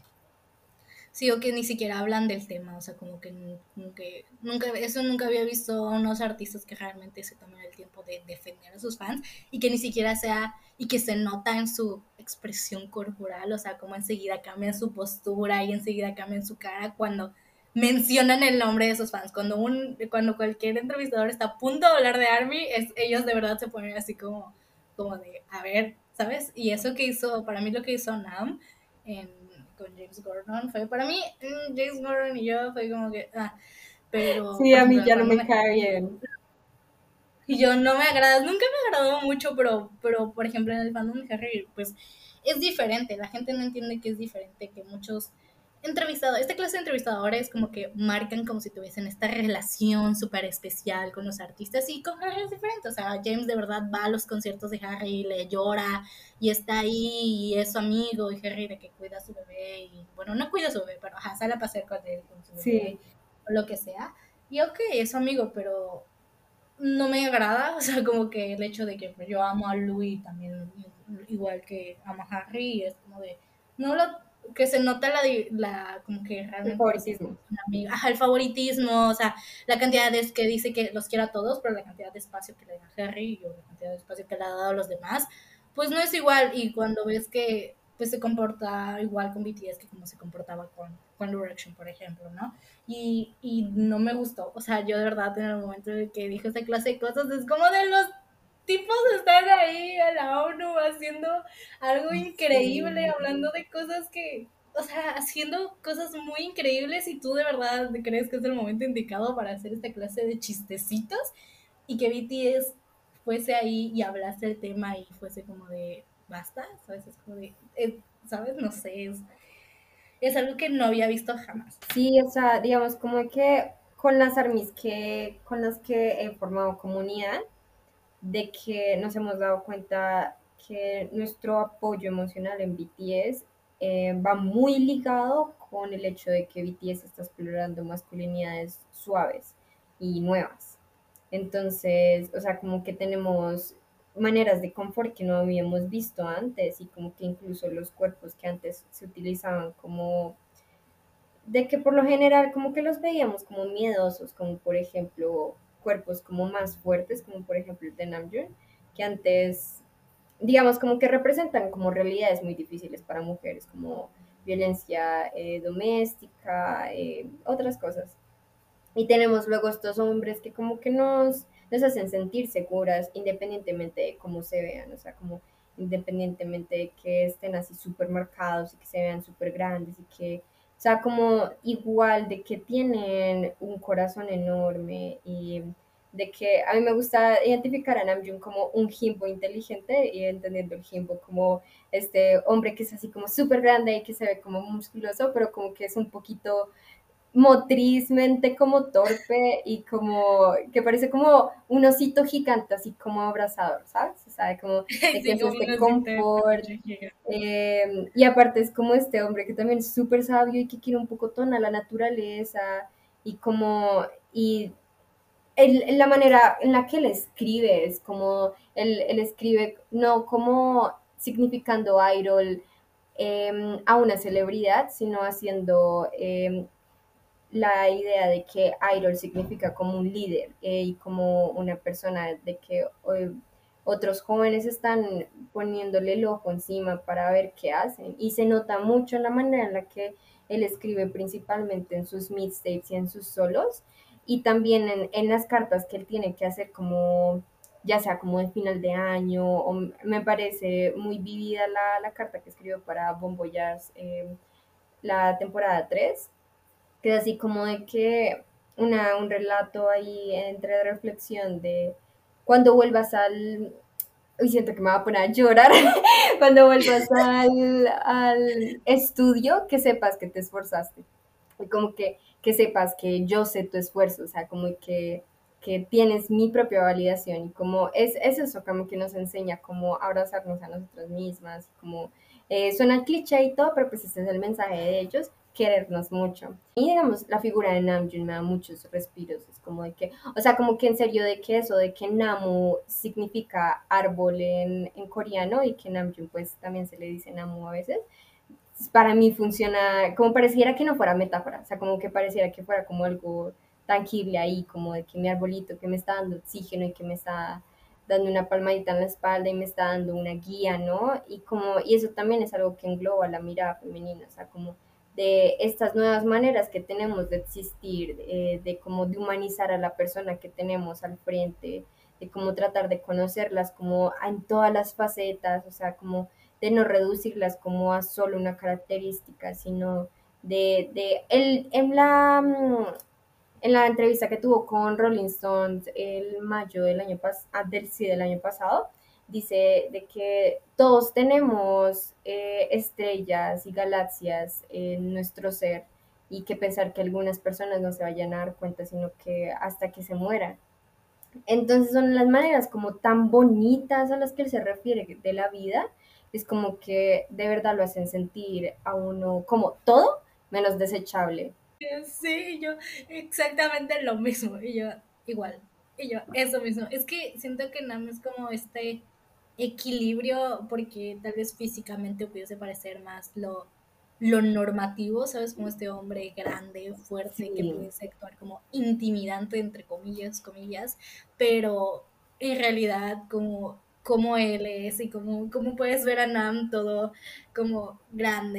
Sí, o que ni siquiera hablan del tema, o sea, nunca, eso nunca había visto a unos artistas que realmente se tomen el tiempo de defender a sus fans, y que ni siquiera sea, y que se nota en su expresión corporal, o sea, como enseguida cambian su postura y enseguida cambian su cara cuando mencionan el nombre de sus fans. Cuando cualquier entrevistador está a punto de hablar de ARMY, ellos de verdad se ponen así como de, a ver, ¿sabes? Y eso que hizo, para mí lo que hizo Nam en, con James Gordon fue para mí, James Gordon y yo fue como que, pero Sí, por a ejemplo mí en el ya no fandom me cae bien. y yo no me agrada, nunca me agradó mucho, pero por ejemplo en el fandom de Harry, pues es diferente, la gente no entiende que es diferente, que muchos entrevistados, esta clase de entrevistadores como que marcan como si tuviesen esta relación súper especial con los artistas, y con Harry es diferente, o sea, James de verdad va a los conciertos de Harry, le llora y está ahí y es su amigo, y Harry de que cuida a su bebé, y bueno, no cuida a su bebé, pero ajá, sale a pasear con él, con su bebé Sí, o lo que sea, y ok, es su amigo, pero no me agrada, o sea, como que el hecho de que pues, yo amo a Louis también, igual que amo a Harry, es como de, no lo, que se nota como que el realmente BTS favoritismo. es una amiga, ajá, el favoritismo, o sea, la cantidad de que dice que los quiere a todos, pero la cantidad de espacio que le da a Harry o la cantidad de espacio que le ha dado a los demás, pues no es igual, y cuando ves que pues se comporta igual con BTS que como se comportaba con Direction, por ejemplo, ¿no? Y no me gustó. O sea, yo de verdad en el momento en el que dijo esta clase de cosas, es como de los tipos están ahí en la ONU haciendo algo increíble, Sí. hablando de cosas o sea, haciendo cosas muy increíbles, y tú de verdad crees que es el momento indicado para hacer esta clase de chistecitos, y que BTS fuese ahí y hablase el tema y fuese como de, basta, ¿sabes? Es como de, ¿sabes? No sé, es algo que no había visto jamás. Sí, o sea, digamos como que con las armies con las que he formado comunidad, de que nos hemos dado cuenta que nuestro apoyo emocional en BTS va muy ligado con el hecho de que BTS está explorando masculinidades suaves y nuevas. Entonces, o sea, como que tenemos maneras de confort que no habíamos visto antes, y como que incluso los cuerpos que antes se utilizaban como de que por lo general como que los veíamos como miedosos, como por ejemplo cuerpos como más fuertes, como por ejemplo el de Namjoon, que antes, digamos, como que representan como realidades muy difíciles para mujeres, como violencia doméstica, otras cosas. Y tenemos luego estos hombres que como que nos hacen sentir seguras independientemente de cómo se vean, o sea, como independientemente de que estén así súper marcados y que se vean súper grandes y que, o sea, como igual de que tienen un corazón enorme, y de que a mí me gusta identificar a Namjoon como un himbo inteligente, y entendiendo el himbo como este hombre que es así como súper grande y que se ve como musculoso, pero como que es un poquito motrizmente como torpe y como que parece como un osito gigante, así como abrazador, ¿sabes? ¿sabe? Como de que Sí, es como este una cinta de confort. peluche gigante. Y aparte es como este hombre que también es súper sabio y que quiere un poco toda la naturaleza y como, y la manera en la que él escribe es como, él escribe no como significando idol a una celebridad, sino haciendo la idea de que idol significa como un líder y como una persona de que otros jóvenes están poniéndole el ojo encima para ver qué hacen. Y se nota mucho en la manera en la que él escribe principalmente en sus mixtapes y en sus solos y también en las cartas que él tiene que hacer como ya sea como de final de año, o me parece muy vivida la carta que escribió para Bon Voyage, la temporada 3 que es así como de que un relato ahí entre reflexión de cuando vuelvas al... Uy, siento que me va a poner a llorar. Cuando vuelvas al estudio, que sepas que te esforzaste. Y como que sepas que yo sé tu esfuerzo, o sea, como que tienes mi propia validación y como es eso como que nos enseña cómo abrazarnos a nosotras mismas, como suena cliché y todo, pero pues ese es el mensaje de ellos, querernos mucho. Y digamos, la figura de Namjoon me da muchos respiros, es como de que, o sea, como que en serio de que eso, de que Namu significa árbol en coreano y que Namjoon pues también se le dice Namu a veces, para mí funciona, como pareciera que no fuera metáfora, o sea, como que pareciera que fuera como algo tangible ahí, como de que mi arbolito que me está dando oxígeno y que me está dando una palmadita en la espalda y me está dando una guía, ¿no? Y como, y eso también es algo que engloba la mirada femenina, o sea, como de estas nuevas maneras que tenemos de existir, de como de humanizar a la persona que tenemos al frente, de cómo tratar de conocerlas como en todas las facetas, o sea, como de no reducirlas como a solo una característica, sino de él, en la entrevista que tuvo con Rolling Stones el mayo del año pasado, sí, del año pasado, dice de que todos tenemos estrellas y galaxias en nuestro ser y que pensar que algunas personas no se vayan a dar cuenta, sino que hasta que se mueran. Entonces son las maneras como tan bonitas a las que él se refiere de la vida, es como que de verdad lo hacen sentir a uno como todo menos desechable. Sí, yo exactamente lo mismo. Y yo, igual. Y yo, eso mismo. Es que siento que Nam es como este equilibrio, porque tal vez físicamente pudiese parecer más lo normativo, ¿sabes? Como este hombre grande, fuerte, que Sí, pudiese actuar como intimidante, entre comillas, comillas, pero en realidad como él es y como puedes ver a Nam todo como grande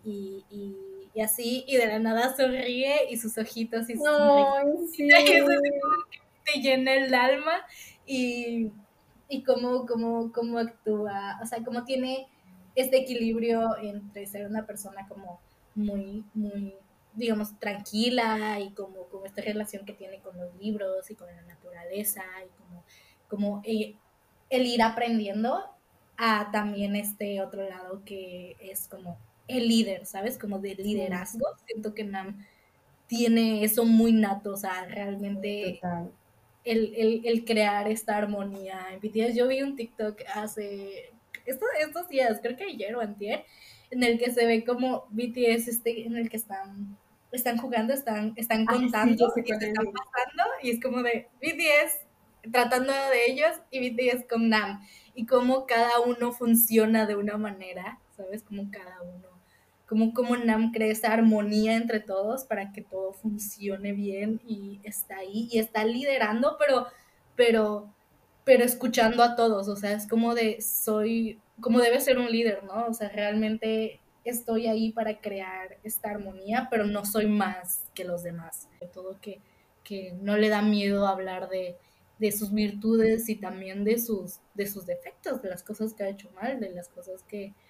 y así, y de la nada sonríe y sus ojitos y su sonrisa. ay, sí. Y eso así como que te llena el alma y, y cómo actúa, o sea, cómo tiene este equilibrio entre ser una persona como muy, digamos, tranquila y como esta relación que tiene con los libros y con la naturaleza y como el ir aprendiendo a también este otro lado que es como el líder, ¿sabes? Como de Sí, liderazgo. Siento que Nam tiene eso muy nato, o sea, sí, realmente total. el crear esta armonía en BTS. Yo vi un TikTok hace estos días, creo que ayer o antier, en el que se ve como BTS en el que están jugando, están Ay, sí, contando yo sé y cuál se es. están pasando y es como de BTS tratando de ellos y BTS con Nam y cómo cada uno funciona de una manera, ¿sabes? Como cada uno como Nam crea esa armonía entre todos para que todo funcione bien y está ahí y está liderando, pero, pero escuchando a todos, o sea, es como como debe ser un líder, ¿no? O sea, realmente estoy ahí para crear esta armonía, pero no soy más que los demás. De todo que no le da miedo hablar de sus virtudes y también de sus defectos, de las cosas que ha hecho mal, de las cosas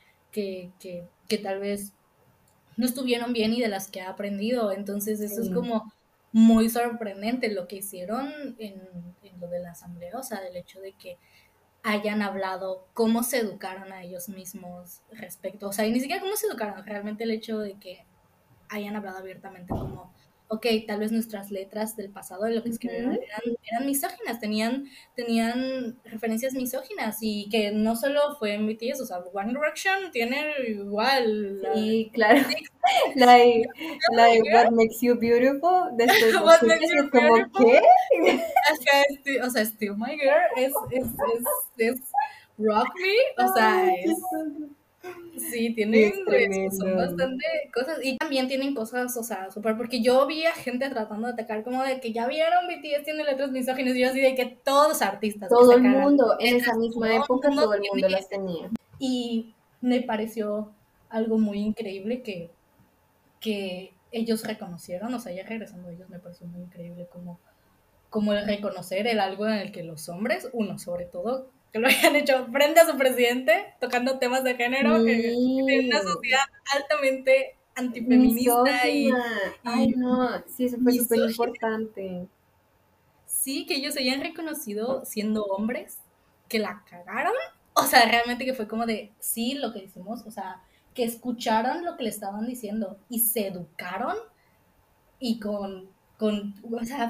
que tal vez no estuvieron bien y de las que ha aprendido. Entonces eso es Sí, como muy sorprendente lo que hicieron en lo de la asamblea, o sea, del hecho de que hayan hablado cómo se educaron a ellos mismos respecto, o sea, y ni siquiera cómo se educaron, realmente el hecho de que hayan hablado abiertamente ok, tal vez nuestras letras del pasado, de lo que escribieron, Ujú. eran misóginas, tenían referencias misóginas y que no solo fue en BTS, o sea, One Direction tiene igual Sí, claro. La de What Makes You Beautiful, después de What Makes Sugar, y You es como, Beautiful. ¿qué? Ajá, o sea, Still My Girl es Rock Me, o sea, Ay, qué es, chistoso. sí, Sí, tienen, es son tremendo. bastante cosas y también tienen cosas, o sea, súper, porque yo vi a gente tratando de atacar como de que ya vieron BTS tiene letras misóginas y yo así de que todos los artistas que Todo el sacaran mundo, en esa letras, misma todo el época, mundo todo el tiene, mundo las tenía. y me pareció algo muy increíble que ellos reconocieron, o sea, ya regresando a ellos me pareció muy increíble como el reconocer el algo en el que los hombres, uno sobre todo, que lo hayan hecho frente a su presidente, tocando temas de género, en una Sí, sociedad altamente antifeminista misógina. Ay, y no, sí, eso fue súper misógina. importante. Sí, que ellos se hayan reconocido siendo hombres, que la cagaron. O sea, realmente que fue como de, sí, lo que decimos, o sea, que escucharon lo que le estaban diciendo y se educaron y o sea,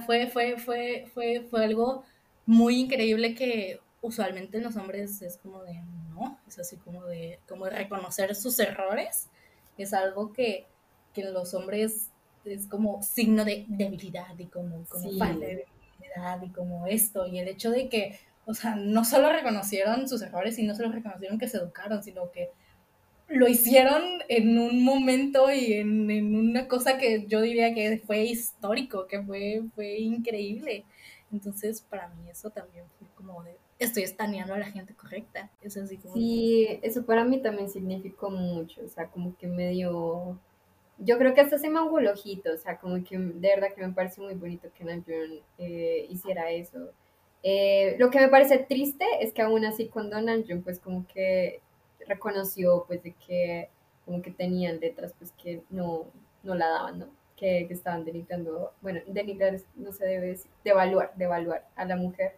fue algo muy increíble que usualmente en los hombres es como de, no, es así como de reconocer sus errores, es algo que en los hombres es como signo de debilidad y como falta Sí, de debilidad y como esto, y el hecho de que, o sea, no solo reconocieron sus errores y no solo reconocieron que se educaron, sino que lo hicieron en un momento y en una cosa que yo diría que fue histórico, que fue increíble. Entonces, para mí eso también fue como de, estoy estaneando a la gente correcta. Es así como de, sí, eso para mí también significó mucho, o sea, como que me dio, yo creo que hasta se me aguó el ojito, o sea, como que de verdad que me parece muy bonito que Namjoon hiciera eso. Lo que me parece triste es que aún así cuando Namjoon pues como que reconoció pues de que como que tenían letras pues que no la daban, ¿no? Que estaban denigrando, bueno, denigrar no se debe decir, devaluar a la mujer.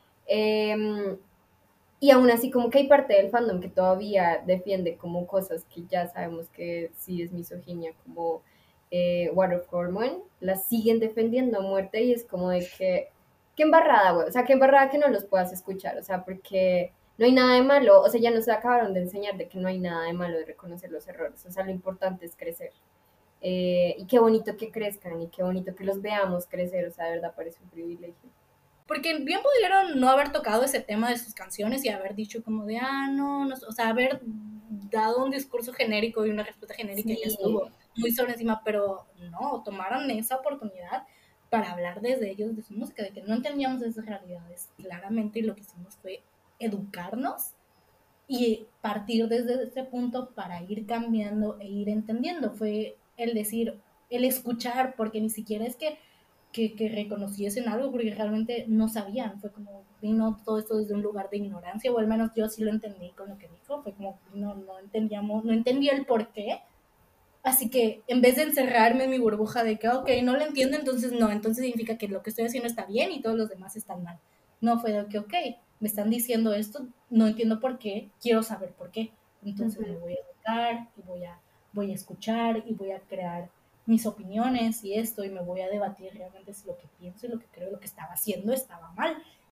Em, y aún así, como que hay parte del fandom que todavía defiende como cosas que ya sabemos que sí es misoginia, como War of Hormone, las siguen defendiendo a muerte y es como de que embarrada, güey, o sea, que embarrada que no los puedas escuchar, o sea, porque no hay nada de malo, o sea, ya nos acabaron de enseñar de que no hay nada de malo de reconocer los errores, o sea, lo importante es crecer. Y qué bonito que crezcan y qué bonito que los veamos crecer, o sea, de verdad parece un privilegio. porque bien pudieron no haber tocado ese tema de sus canciones y haber dicho como de, no, no, o sea, haber dado un discurso genérico y una respuesta genérica y ya Sí, estuvo muy sobre encima, pero no, tomaron esa oportunidad para hablar desde ellos, de su música, de que no entendíamos esas realidades claramente y lo que hicimos fue educarnos y partir desde ese punto para ir cambiando e ir entendiendo. Fue el decir, el escuchar, porque ni siquiera es que reconociesen algo, porque realmente no sabían. Fue como, vino todo esto desde un lugar de ignorancia, o al menos yo sí lo entendí con lo que dijo. Fue como, no entendíamos, no entendía el por qué. Así que en vez de encerrarme en mi burbuja de que, ok, no lo entiendo, entonces no, entonces significa que lo que estoy haciendo está bien y todos los demás están mal. No fue de que, ok, me están diciendo esto, no entiendo por qué, quiero saber por qué. Entonces me ujú. voy a educar y voy a escuchar y voy a crear mis opiniones y esto y me voy a debatir realmente si lo que pienso y lo que creo, lo que estaba haciendo estaba mal.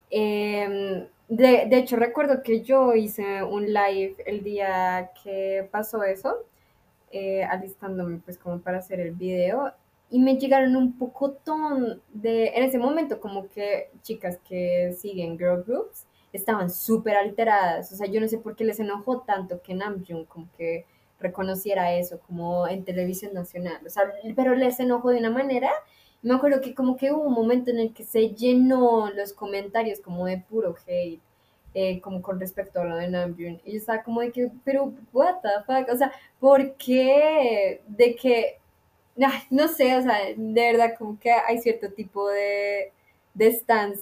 De hecho, recuerdo que yo hice un live el día que pasó eso, alistándome pues como para hacer el video y me llegaron un pocotón en ese momento como que chicas que siguen girl groups estaban súper alteradas, o sea, yo no sé por qué les enojó tanto que Namjoon como que reconociera eso como en televisión nacional, o sea, pero les enojó de una manera. Me acuerdo que como que hubo un momento en el que se llenó los comentarios como de puro hate, como con respecto a lo de Namjoon. Y yo estaba como de que, pero, what the fuck, o sea, ¿por qué? De que, ay, no sé, o sea, de verdad como que hay cierto tipo de stands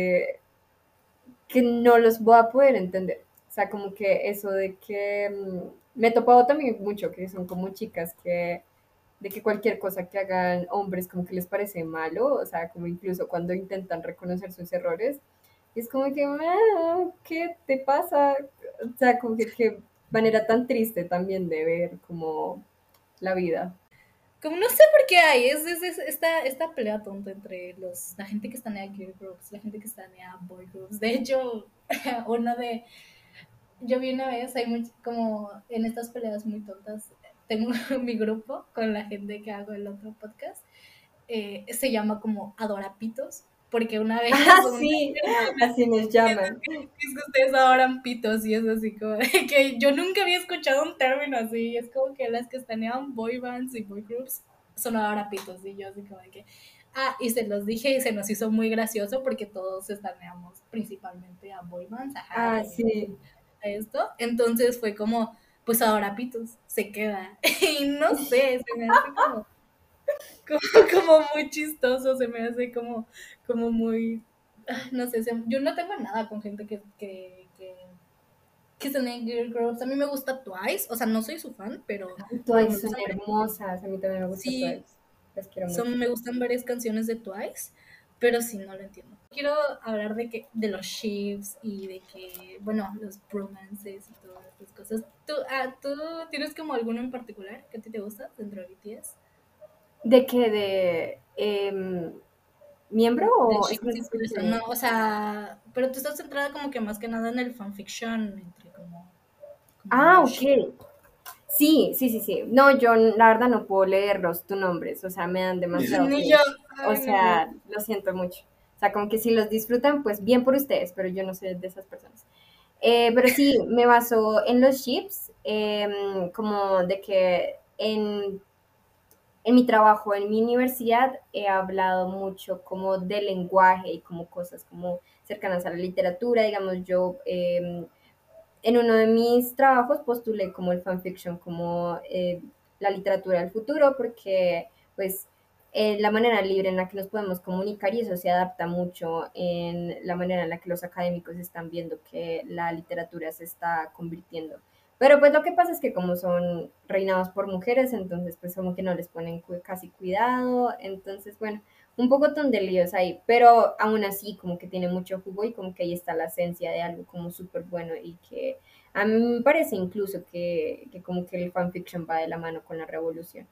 que no los voy a poder entender. O sea, como que eso de que me he topado también mucho, que son como chicas que de que cualquier cosa que hagan hombres como que les parece malo, o sea, como incluso cuando intentan reconocer sus errores, es como que, ¿qué te pasa? O sea, como que qué manera tan triste también de ver como la vida. como no sé por qué hay, esta pelea tonta entre la gente que estanea girl groups, la gente que estanea boy groups. De hecho, uno de, yo vi una vez, hay como en estas peleas muy tontas, tengo mi grupo con la gente que hago el otro podcast, se llama como Adorapitos, porque una vez Ah, una sí, así nos llaman. es que ustedes adoran pitos y es así como que yo nunca había escuchado un término así. Es como que las que estaneaban boy bands y boy groups son ahora pitos y yo así como de que y se los dije y se nos hizo muy gracioso porque todos estaneamos principalmente a boy bands, a Ah, Harry, sí. a esto. Entonces fue como, pues ahora pitos, se queda. Y no sé, se me hace como, como muy chistoso, se me hace como muy, no sé, yo no tengo nada con gente que se en girl groups. A mí me gusta Twice, o sea, no soy su fan, pero me Twice son gustan, hermosas, a mí también me gusta sí, Twice, las quiero mucho. me gustan varias canciones de Twice, pero sí, no lo entiendo. Quiero hablar de los ships y de que, bueno, los romances y todas estas cosas. ¿Tú tienes como alguno en particular que a ti te gusta dentro de BTS? ¿De qué? ¿De miembro De o es que no ships te y todo escuché eso, bien? no, o sea, pero tú estás centrada como que más que nada en el fanfiction, entre como Ah, los ok. ships. Sí, sí, sí, sí. No, yo la verdad no puedo leerlos tus nombres, o sea, me dan demasiado Ni yo, cringe. O ay, no puedo. sea, lo siento mucho. O sea, como que si los disfrutan, pues bien por ustedes, pero yo no soy de esas personas. Pero sí, me baso en los chips, como de que en mi trabajo, en mi universidad, he hablado mucho como de lenguaje y como cosas como cercanas a la literatura. Digamos, yo en uno de mis trabajos postulé como el fanfiction, como la literatura del futuro, porque pues la manera libre en la que nos podemos comunicar y eso se adapta mucho en la manera en la que los académicos están viendo que la literatura se está convirtiendo. Pero pues lo que pasa es que como son reinados por mujeres, entonces pues como que no les ponen casi cuidado, entonces bueno, un poco de líos ahí, pero aún así como que tiene mucho jugo y como que ahí está la esencia de algo como súper bueno y que a mí me parece incluso que como que el fanfiction va de la mano con la revolución.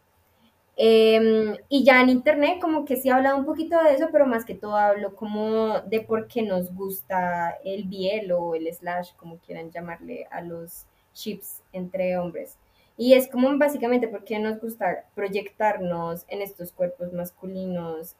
Y ya en internet como que sí he hablado un poquito de eso, pero más que todo hablo como de por qué nos gusta el BL o el slash, como quieran llamarle, a los ships entre hombres. Y es como básicamente porque nos gusta proyectarnos en estos cuerpos masculinos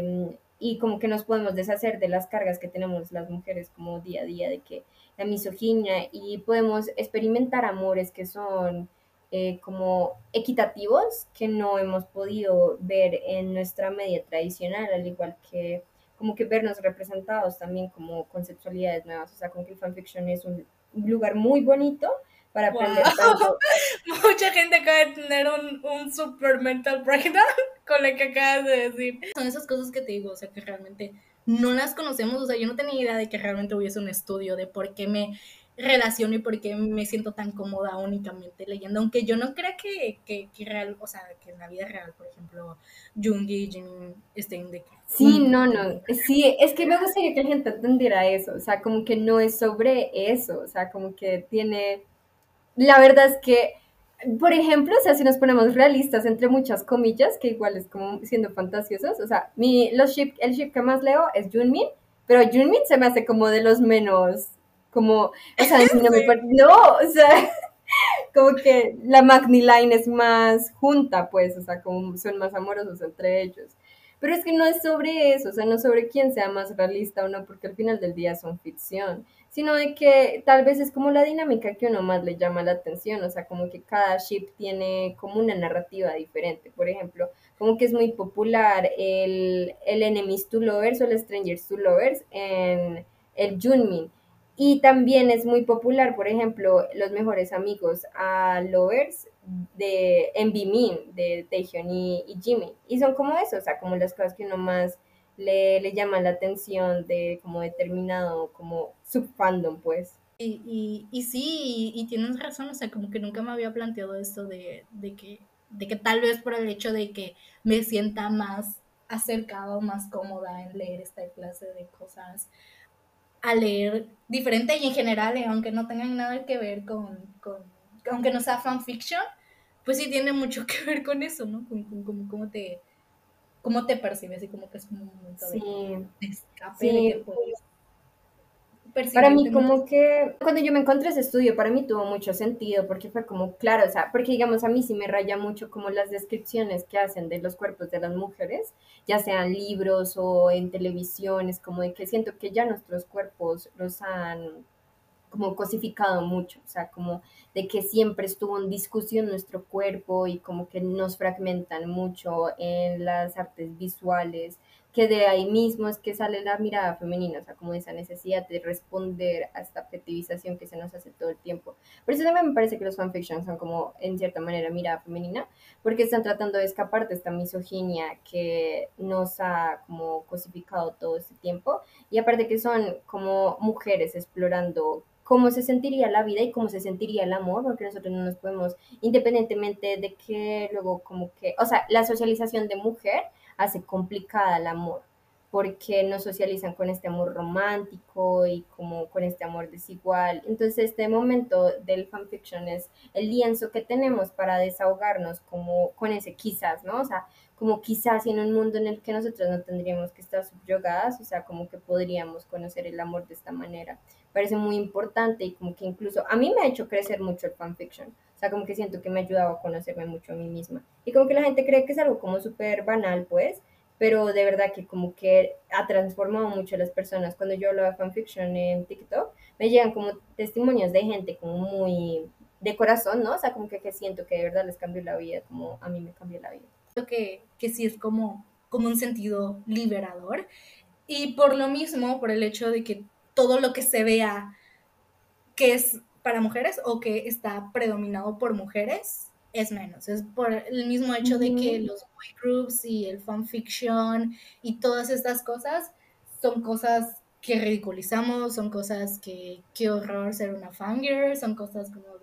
y como que nos podemos deshacer de las cargas que tenemos las mujeres como día a día, de que la misoginia y podemos experimentar amores que son como equitativos que no hemos podido ver en nuestra media tradicional, al igual que como que vernos representados también como conceptualidades nuevas, o sea, como que el fanfiction es un lugar muy bonito para Wow. aprender tanto. Mucha gente acaba de tener un super mental breakdown con lo que acabas de decir. Son esas cosas que te digo, o sea, que realmente no las conocemos, o sea, yo no tenía idea de que realmente hubiese un estudio de por qué me relaciono y por qué me siento tan cómoda únicamente leyendo, aunque yo no crea que real, o sea, que en la vida real, por ejemplo, Jungi y Jimin estén de que Sí, juntos. no, no, sí, es que me gustaría que la gente entendiera eso, o sea, como que no es sobre eso, o sea, como que tiene, la verdad es que, por ejemplo, o sea, si nos ponemos realistas entre muchas comillas, que igual es como siendo fantasiosos, o sea, el ship que más leo es Junmin, pero Junmin se me hace como de los menos, como, o sea, a mí no me Sí. parece, no, o sea, como que la Magni Line es más junta, pues, o sea, como son más amorosos entre ellos. Pero es que no es sobre eso, o sea, no sobre quién sea más realista o no, porque al final del día son ficción, sino de que tal vez es como la dinámica que uno más le llama la atención, o sea, como que cada ship tiene como una narrativa diferente. Por ejemplo, como que es muy popular el Enemies to Lovers o el Strangers to Lovers en el Junmin. Y también es muy popular, por ejemplo, los mejores amigos a Lovers de Min, de Taehyun y Jimmy. Y son como eso, o sea, como las cosas que uno más le llaman la atención de como determinado, como subfandom, pues. Y sí, y tienes razón, o sea, como que nunca me había planteado esto de que tal vez por el hecho de que me sienta más acercada o más cómoda en leer esta clase de cosas, a leer diferente y en general, aunque no tengan nada que ver aunque no sea fanfiction, pues sí tiene mucho que ver con eso, ¿no? Cómo te percibes y como que es como un momento Sí, de escape, de que sí. puedes Para percibirte mí muchas. como que cuando yo me encontré ese estudio, para mí tuvo mucho sentido porque fue como claro, o sea, porque digamos a mí sí me raya mucho como las descripciones que hacen de los cuerpos de las mujeres, ya sean libros o en televisión, es como de que siento que ya nuestros cuerpos los han como cosificado mucho, o sea, como de que siempre estuvo en discusión nuestro cuerpo y como que nos fragmentan mucho en las artes visuales, que de ahí mismo es que sale la mirada femenina, o sea, como esa necesidad de responder a esta objetivización que se nos hace todo el tiempo. Por eso también me parece que los fanfictions son como, en cierta manera, mirada femenina, porque están tratando de escapar de esta misoginia que nos ha como cosificado todo este tiempo y aparte que son como mujeres explorando cómo se sentiría la vida y cómo se sentiría el amor, porque nosotros no nos podemos, independientemente de que luego como que, o sea, la socialización de mujer hace complicada el amor, porque nos socializan con este amor romántico y como con este amor desigual. Entonces este momento del fanfiction es el lienzo que tenemos para desahogarnos como con ese quizás, ¿no? O sea, como quizás en un mundo en el que nosotros no tendríamos que estar subyugadas, o sea, como que podríamos conocer el amor de esta manera. Parece muy importante y como que incluso a mí me ha hecho crecer mucho el fanfiction. O sea, como que siento que me ha ayudado a conocerme mucho a mí misma. Y como que la gente cree que es algo como súper banal, pues, pero de verdad que como que ha transformado mucho a las personas. Cuando yo hablo de fanfiction en TikTok, me llegan como testimonios de gente como muy de corazón, ¿no? O sea, como que siento que de verdad les cambió la vida, como a mí me cambió la vida. Creo que sí es como un sentido liberador. Y por lo mismo, por el hecho de que todo lo que se vea que es para mujeres o que está predominado por mujeres es menos. Es por el mismo hecho de que Ujú. los boy groups y el fanfiction y todas estas cosas son cosas que ridiculizamos, son cosas que qué horror ser una fangirl, son cosas como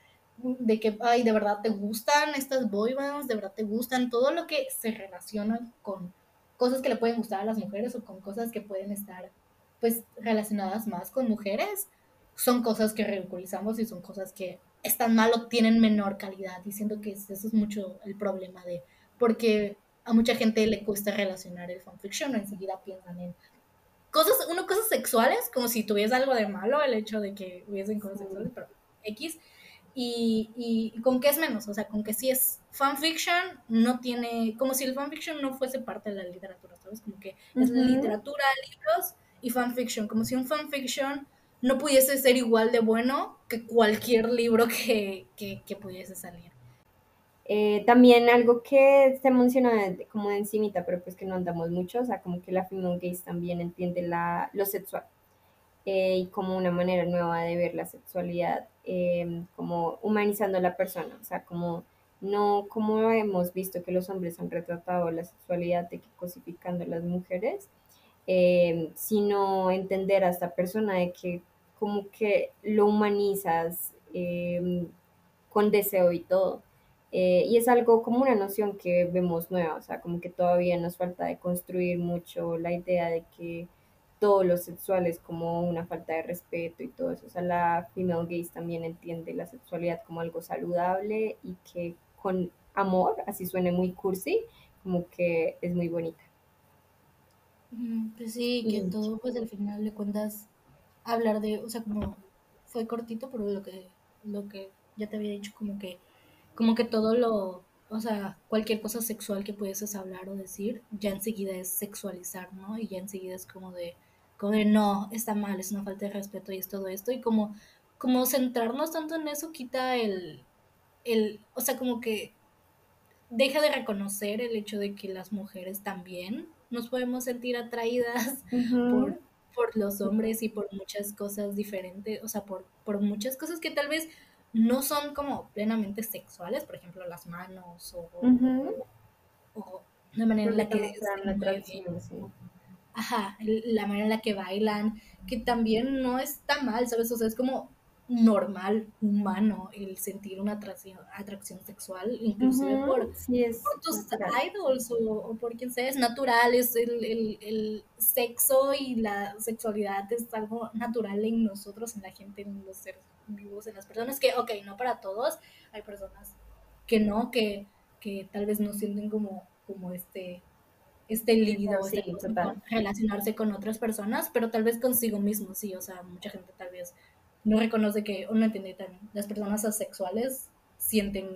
de que, ay, de verdad te gustan estas boy bands, de verdad te gustan todo lo que se relaciona con cosas que le pueden gustar a las mujeres o con cosas que pueden estar pues relacionadas más con mujeres, son cosas que ridiculizamos y son cosas que están mal o tienen menor calidad. Y siento que eso es mucho el problema de, porque a mucha gente le cuesta relacionar el fanfiction o enseguida piensan en cosas sexuales, como si tuviese algo de malo el hecho de que hubiesen cosas Sí. sexuales, pero X. Y con qué es menos, o sea, con que si es fanfiction, no tiene, como si el fanfiction no fuese parte de la literatura, ¿sabes? Como que es Ujú. literatura, libros y fanfiction, como si un fanfiction no pudiese ser igual de bueno que cualquier libro que pudiese salir. También algo que se menciona como de encimita, pero pues que no andamos mucho, o sea, como que la female gaze también entiende lo sexual y como una manera nueva de ver la sexualidad, como humanizando a la persona, o sea, como no como hemos visto que los hombres han retratado la sexualidad de que cosificando a las mujeres, sino entender a esta persona de que como que lo humanizas con deseo y todo. Y es algo como una noción que vemos nueva, o sea, como que todavía nos falta de construir mucho la idea de que todo lo sexual es como una falta de respeto y todo eso. O sea, la female gaze también entiende la sexualidad como algo saludable y que con amor, así suene muy cursi, como que es muy bonita. Pues sí, que Y todo, pues al final de cuentas, hablar de, o sea, como fue cortito, pero lo que ya te había dicho, como que todo lo, o sea, cualquier cosa sexual que pudieses hablar o decir, ya enseguida es sexualizar, ¿no? Y ya enseguida es como de no, está mal, es una falta de respeto y es todo esto, y como centrarnos tanto en eso quita o sea, como que deja de reconocer el hecho de que las mujeres también nos podemos sentir atraídas por, ujú, por los hombres y por muchas cosas diferentes, o sea, por muchas cosas que tal vez no son como plenamente sexuales, por ejemplo, las manos ujú, o la manera en porque la que también se dan se la mueven, atracción, sí. ajá, la manera en la que bailan, que también no está mal, ¿sabes? O sea, es como normal, humano, el sentir una atracción sexual, inclusive Ujú, por sí, es tus natural. idols o por quien sea, es natural, es el sexo y la sexualidad es algo natural en nosotros, en la gente, en los seres vivos, en las personas que, ok, no para todos, hay personas que no, que tal vez no sienten como este líbido o esta Sí, cosa total. con relacionarse con otras personas, pero tal vez consigo mismo, sí, o sea, mucha gente tal vez no reconoce que, o no entiende también, las personas asexuales sienten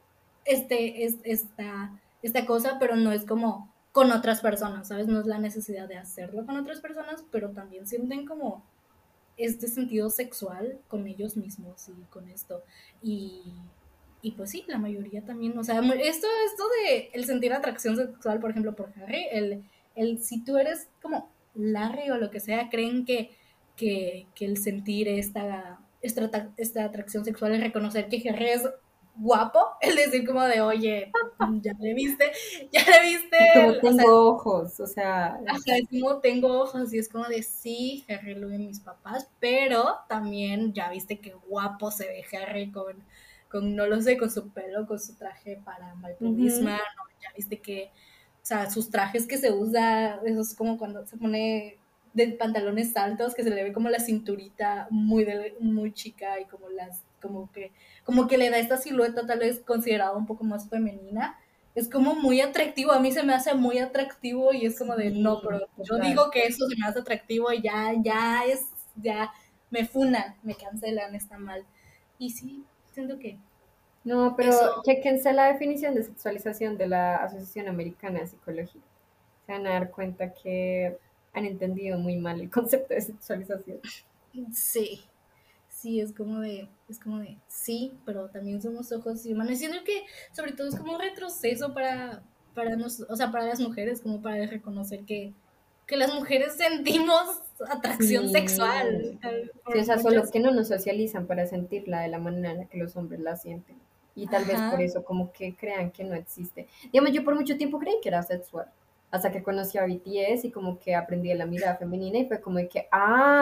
esta cosa, pero no es como con otras personas, ¿sabes? No es la necesidad de hacerlo con otras personas, pero también sienten como este sentido sexual con ellos mismos y con esto. Y, y pues sí, la mayoría también, o sea, esto de el sentir atracción sexual, por ejemplo, por Harry, si tú eres como Larry o lo que sea, creen que el sentir esta atracción sexual es reconocer que Harry es guapo, el decir como de, oye, ya le viste, Y como o sea, tengo ojos, o sea, ajá, es como tengo ojos y es como de sí, Harry lo ven mis papás, pero también ya viste qué guapo se ve Harry no lo sé, con su pelo, con su traje para My Policeman, ujú. ¿no? Ya viste que, o sea, sus trajes que se usa, eso es como cuando se pone de pantalones altos, que se le ve como la cinturita muy chica y como que le da esta silueta tal vez considerada un poco más femenina, es como muy atractivo, a mí se me hace muy atractivo y es como de, no, Sí, pero yo total. digo que eso se me hace atractivo y ya me funan, me cancelan, está mal. Y sí, siento que No, eso, pero chéquense la definición de sexualización de la Asociación Americana de Psicología. Se van a dar cuenta que han entendido muy mal el concepto de sexualización. sí, sí, es como de, sí, pero también somos ojos humanos. Siento que sobre todo es como un retroceso o sea, para las mujeres, como para reconocer que las mujeres sentimos atracción Sí, sexual sí, o por sea, solo muchas. que no nos socializan para sentirla de la manera en la que los hombres la sienten. Y tal vez por Ajá. eso como que crean que no existe. Digamos, yo por mucho tiempo creí que era sexual, hasta que conocí a BTS y como que aprendí de la mirada femenina y fue como de que,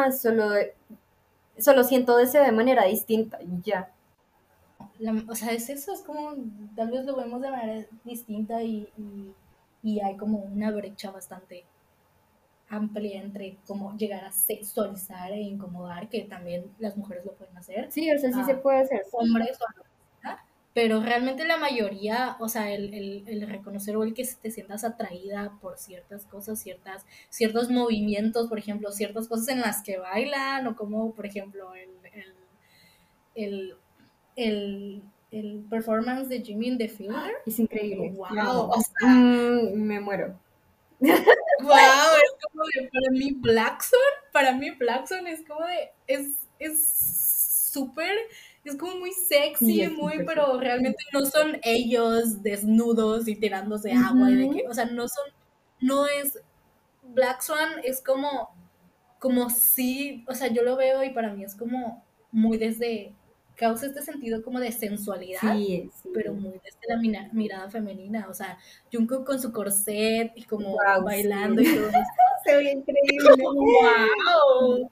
solo siento deseo de manera distinta y ya. O sea, es eso, es como, tal vez lo vemos de manera distinta y hay como una brecha bastante amplia entre cómo llegar a sexualizar e incomodar, que también las mujeres lo pueden hacer, Sí, o sea, sí se a puede hacer. hombres o a lo que sea, pero realmente la mayoría, o sea, el reconocer o el que te sientas atraída por ciertas cosas, ciertos movimientos, por ejemplo, ciertas cosas en las que bailan, o como, por ejemplo, el, el performance de Jimmy in the Fielder. Es increíble, Wow, lo o amo. sea, Me muero. wow, es como de, para mí Blackson es como de, es súper, es como muy Sí, sexy, es súper pero sexy. realmente no son ellos desnudos y tirándose agua y de Ujú. que, o sea, no es, Black Swan es como si, o sea, yo lo veo y para mí es como muy causa este sentido como de sensualidad, Sí, pero sí. muy desde la mirada femenina, o sea, Jungkook con su corset y como Wow, sí. bailando y todo eso, Se ve increíble. wow,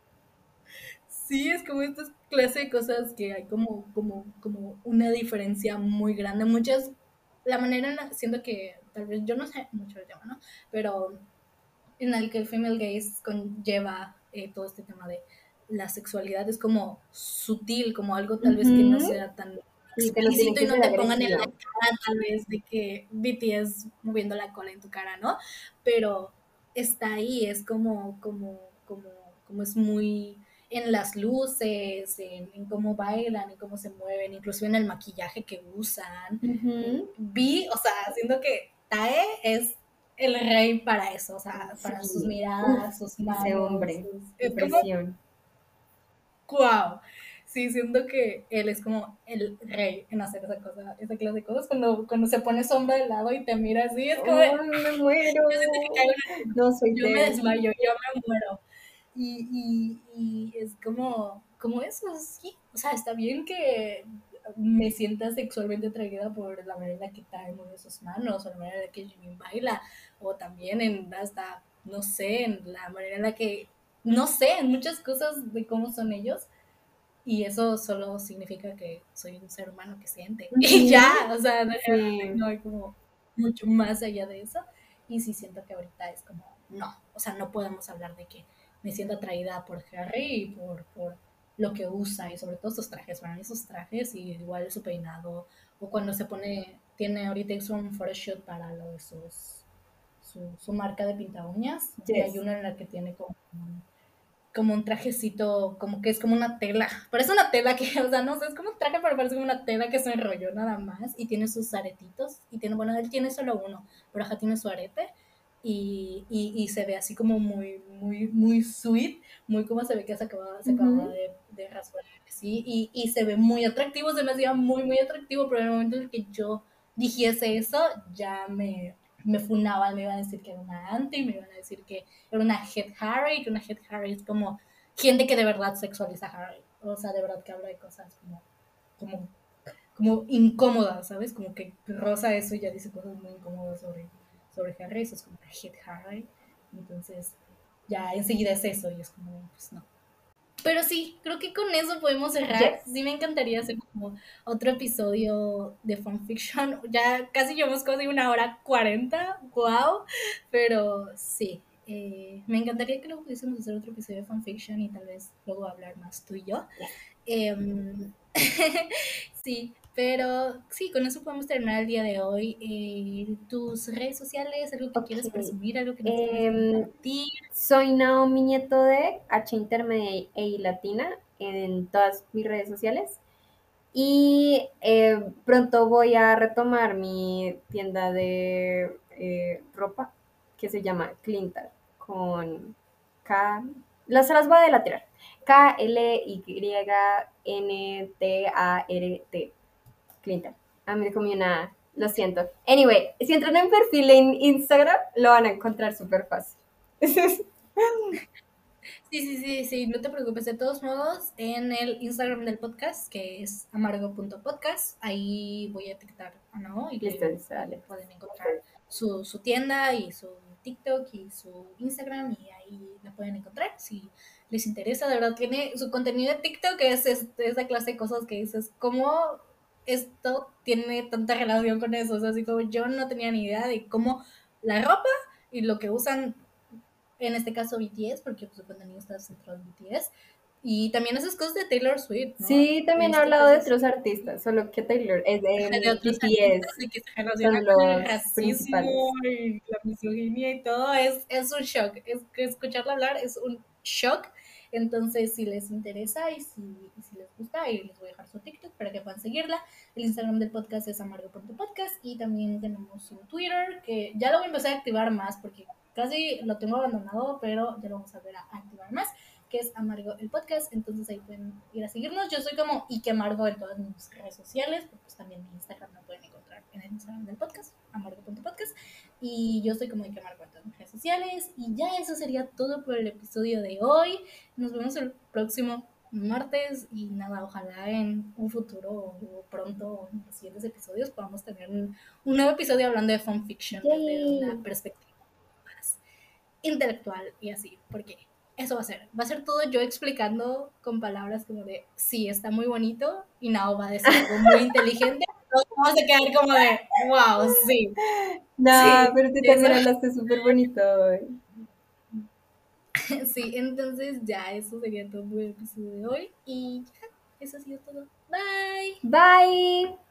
sí, es como estas clase de cosas que hay como una diferencia muy grande, la manera siento que, tal vez, yo no sé mucho del tema, ¿no? Pero en el que el female gaze conlleva todo este tema de la sexualidad es como sutil, como algo tal vez que no Ujú. sea tan Sí, que no tiene explícito y que no ser te pongan en la agresivo. cara tal vez de que BTS moviendo la cola en tu cara, ¿no? Pero está ahí, es como es muy en las luces, en cómo bailan, en cómo se mueven, incluso en el maquillaje que usan. Ujú. O sea, siento que Tae es el rey para eso, o sea, para sus Sí. Uf, miradas, sus ese manos, hombre. Qué es como, presión. wow. Sí, siento que él es como el rey en hacer esa clase de cosas. Cuando se pone sombra de lado y te mira así, es como, ¡Ay, me yo siento que caigo muero! en el No, soy yo me débil. desmayo, yo me muero. Y es como eso, sí. O sea, está bien que me sienta sexualmente atraída por la manera en la que Tae mueve sus manos, o la manera en la que Jimin baila, o también hasta, no sé, en la manera en la que, no sé, en muchas cosas de cómo son ellos. Y eso solo significa que soy un ser humano que siente. Y ya, Ujú. o sea, realmente Sí. no hay como mucho más allá de eso. Y sí siento que ahorita es como, no, o sea, no podemos hablar de que me siento atraída por Harry y por lo que usa y sobre todo sus trajes, para mí sus trajes y igual su peinado, o cuando se pone, tiene ahorita hizo un photoshoot para lo de su marca de pinta uñas y hay Yes. una en la que tiene como un trajecito, como que es como una tela, parece una tela que, o sea, no sé, es como un traje, pero parece como una tela que se enrolló nada más y tiene sus aretitos y tiene, bueno, él tiene solo uno, pero ajá, tiene su arete y se ve así como muy sweet, muy como se ve que se acababa de raspar, ¿sí? Y se ve muy atractivo, se me hacía muy atractivo, pero en el momento en el que yo dijese eso, ya me funaban, me iban a decir que era una anti, me iban a decir que era una head Harry, que una head Harry es como gente que de verdad sexualiza a Harry, o sea, de verdad que habla de cosas como, como incómodas, ¿sabes? Como que rosa eso y ya dice cosas muy incómodas sobre Harry, eso es como una head Harry, entonces ya enseguida es eso y es como, pues no. Pero sí, creo que con eso podemos cerrar. Yes. Sí me encantaría hacer como otro episodio de fanfiction. Ya casi llevamos casi 1 hora 40, wow. Pero sí, me encantaría que lo pudiésemos hacer otro episodio de fanfiction y tal vez luego hablar más tú y yo. Em, sí, pero sí, con eso podemos terminar el día de hoy. Tus redes sociales, algo que Ok. quieras presumir, algo que nos quieras compartir. Soy Naomi Nieto de H intermedia e I latina en todas mis redes sociales. Y pronto voy a retomar mi tienda de ropa que se llama Clintar con K. Se las voy a deletrear. KLYNTART. Clintar. A mí como una. Lo siento. Anyway, si entran en perfil en Instagram, lo van a encontrar súper fácil. Sí, no te preocupes. De todos modos, en el Instagram del podcast, que es amargo.podcast, ahí voy a etiquetar a No y Listo, listo, ahí dale. pueden encontrar su tienda y su TikTok y su Instagram y ahí la pueden encontrar si les interesa. De verdad, tiene su contenido de TikTok, es esa clase de cosas que dices, ¿cómo esto tiene tanta relación con eso? O sea, así como yo no tenía ni idea de cómo la ropa y lo que usan en este caso BTS, porque pues, su contenido está centrado en BTS, y también esas cosas de Taylor Swift, ¿no? Sí, He también he visto hablado de cosas otros artistas, solo que Taylor es de de otros artistas BTS, y que se relaciona son con el los racismo principales. y la misoginia y todo, es un shock, es que escucharla hablar es un shock. Entonces, si les interesa y si les gusta, ahí les voy a dejar su TikTok para que puedan seguirla. El Instagram del podcast es amargo.podcast y también tenemos un Twitter que ya lo voy a empezar a activar más porque casi lo tengo abandonado, pero ya lo vamos a ver a activar más, que es Amargo el podcast, entonces ahí pueden ir a seguirnos. Yo soy como Ike Amargo en todas mis redes sociales, porque pues también mi Instagram lo pueden encontrar en el Instagram del podcast, amargo.podcast, y yo soy como Ike Amargo en todas mis redes sociales, y ya eso sería todo por el episodio de hoy. Nos vemos el próximo martes y nada, ojalá en un futuro o pronto en los siguientes episodios podamos tener un nuevo episodio hablando de fanfiction desde una Yay. perspectiva más intelectual y así, porque eso va a ser todo yo explicando con palabras como de, sí, está muy bonito, y Nao va a decir algo muy inteligente, todos vamos a quedar como de, wow, sí, No, sí, pero tú eso, también hablaste súper bonito hoy. sí, entonces ya, eso sería todo por el episodio de hoy, y ya, eso ha sido todo, bye. Bye.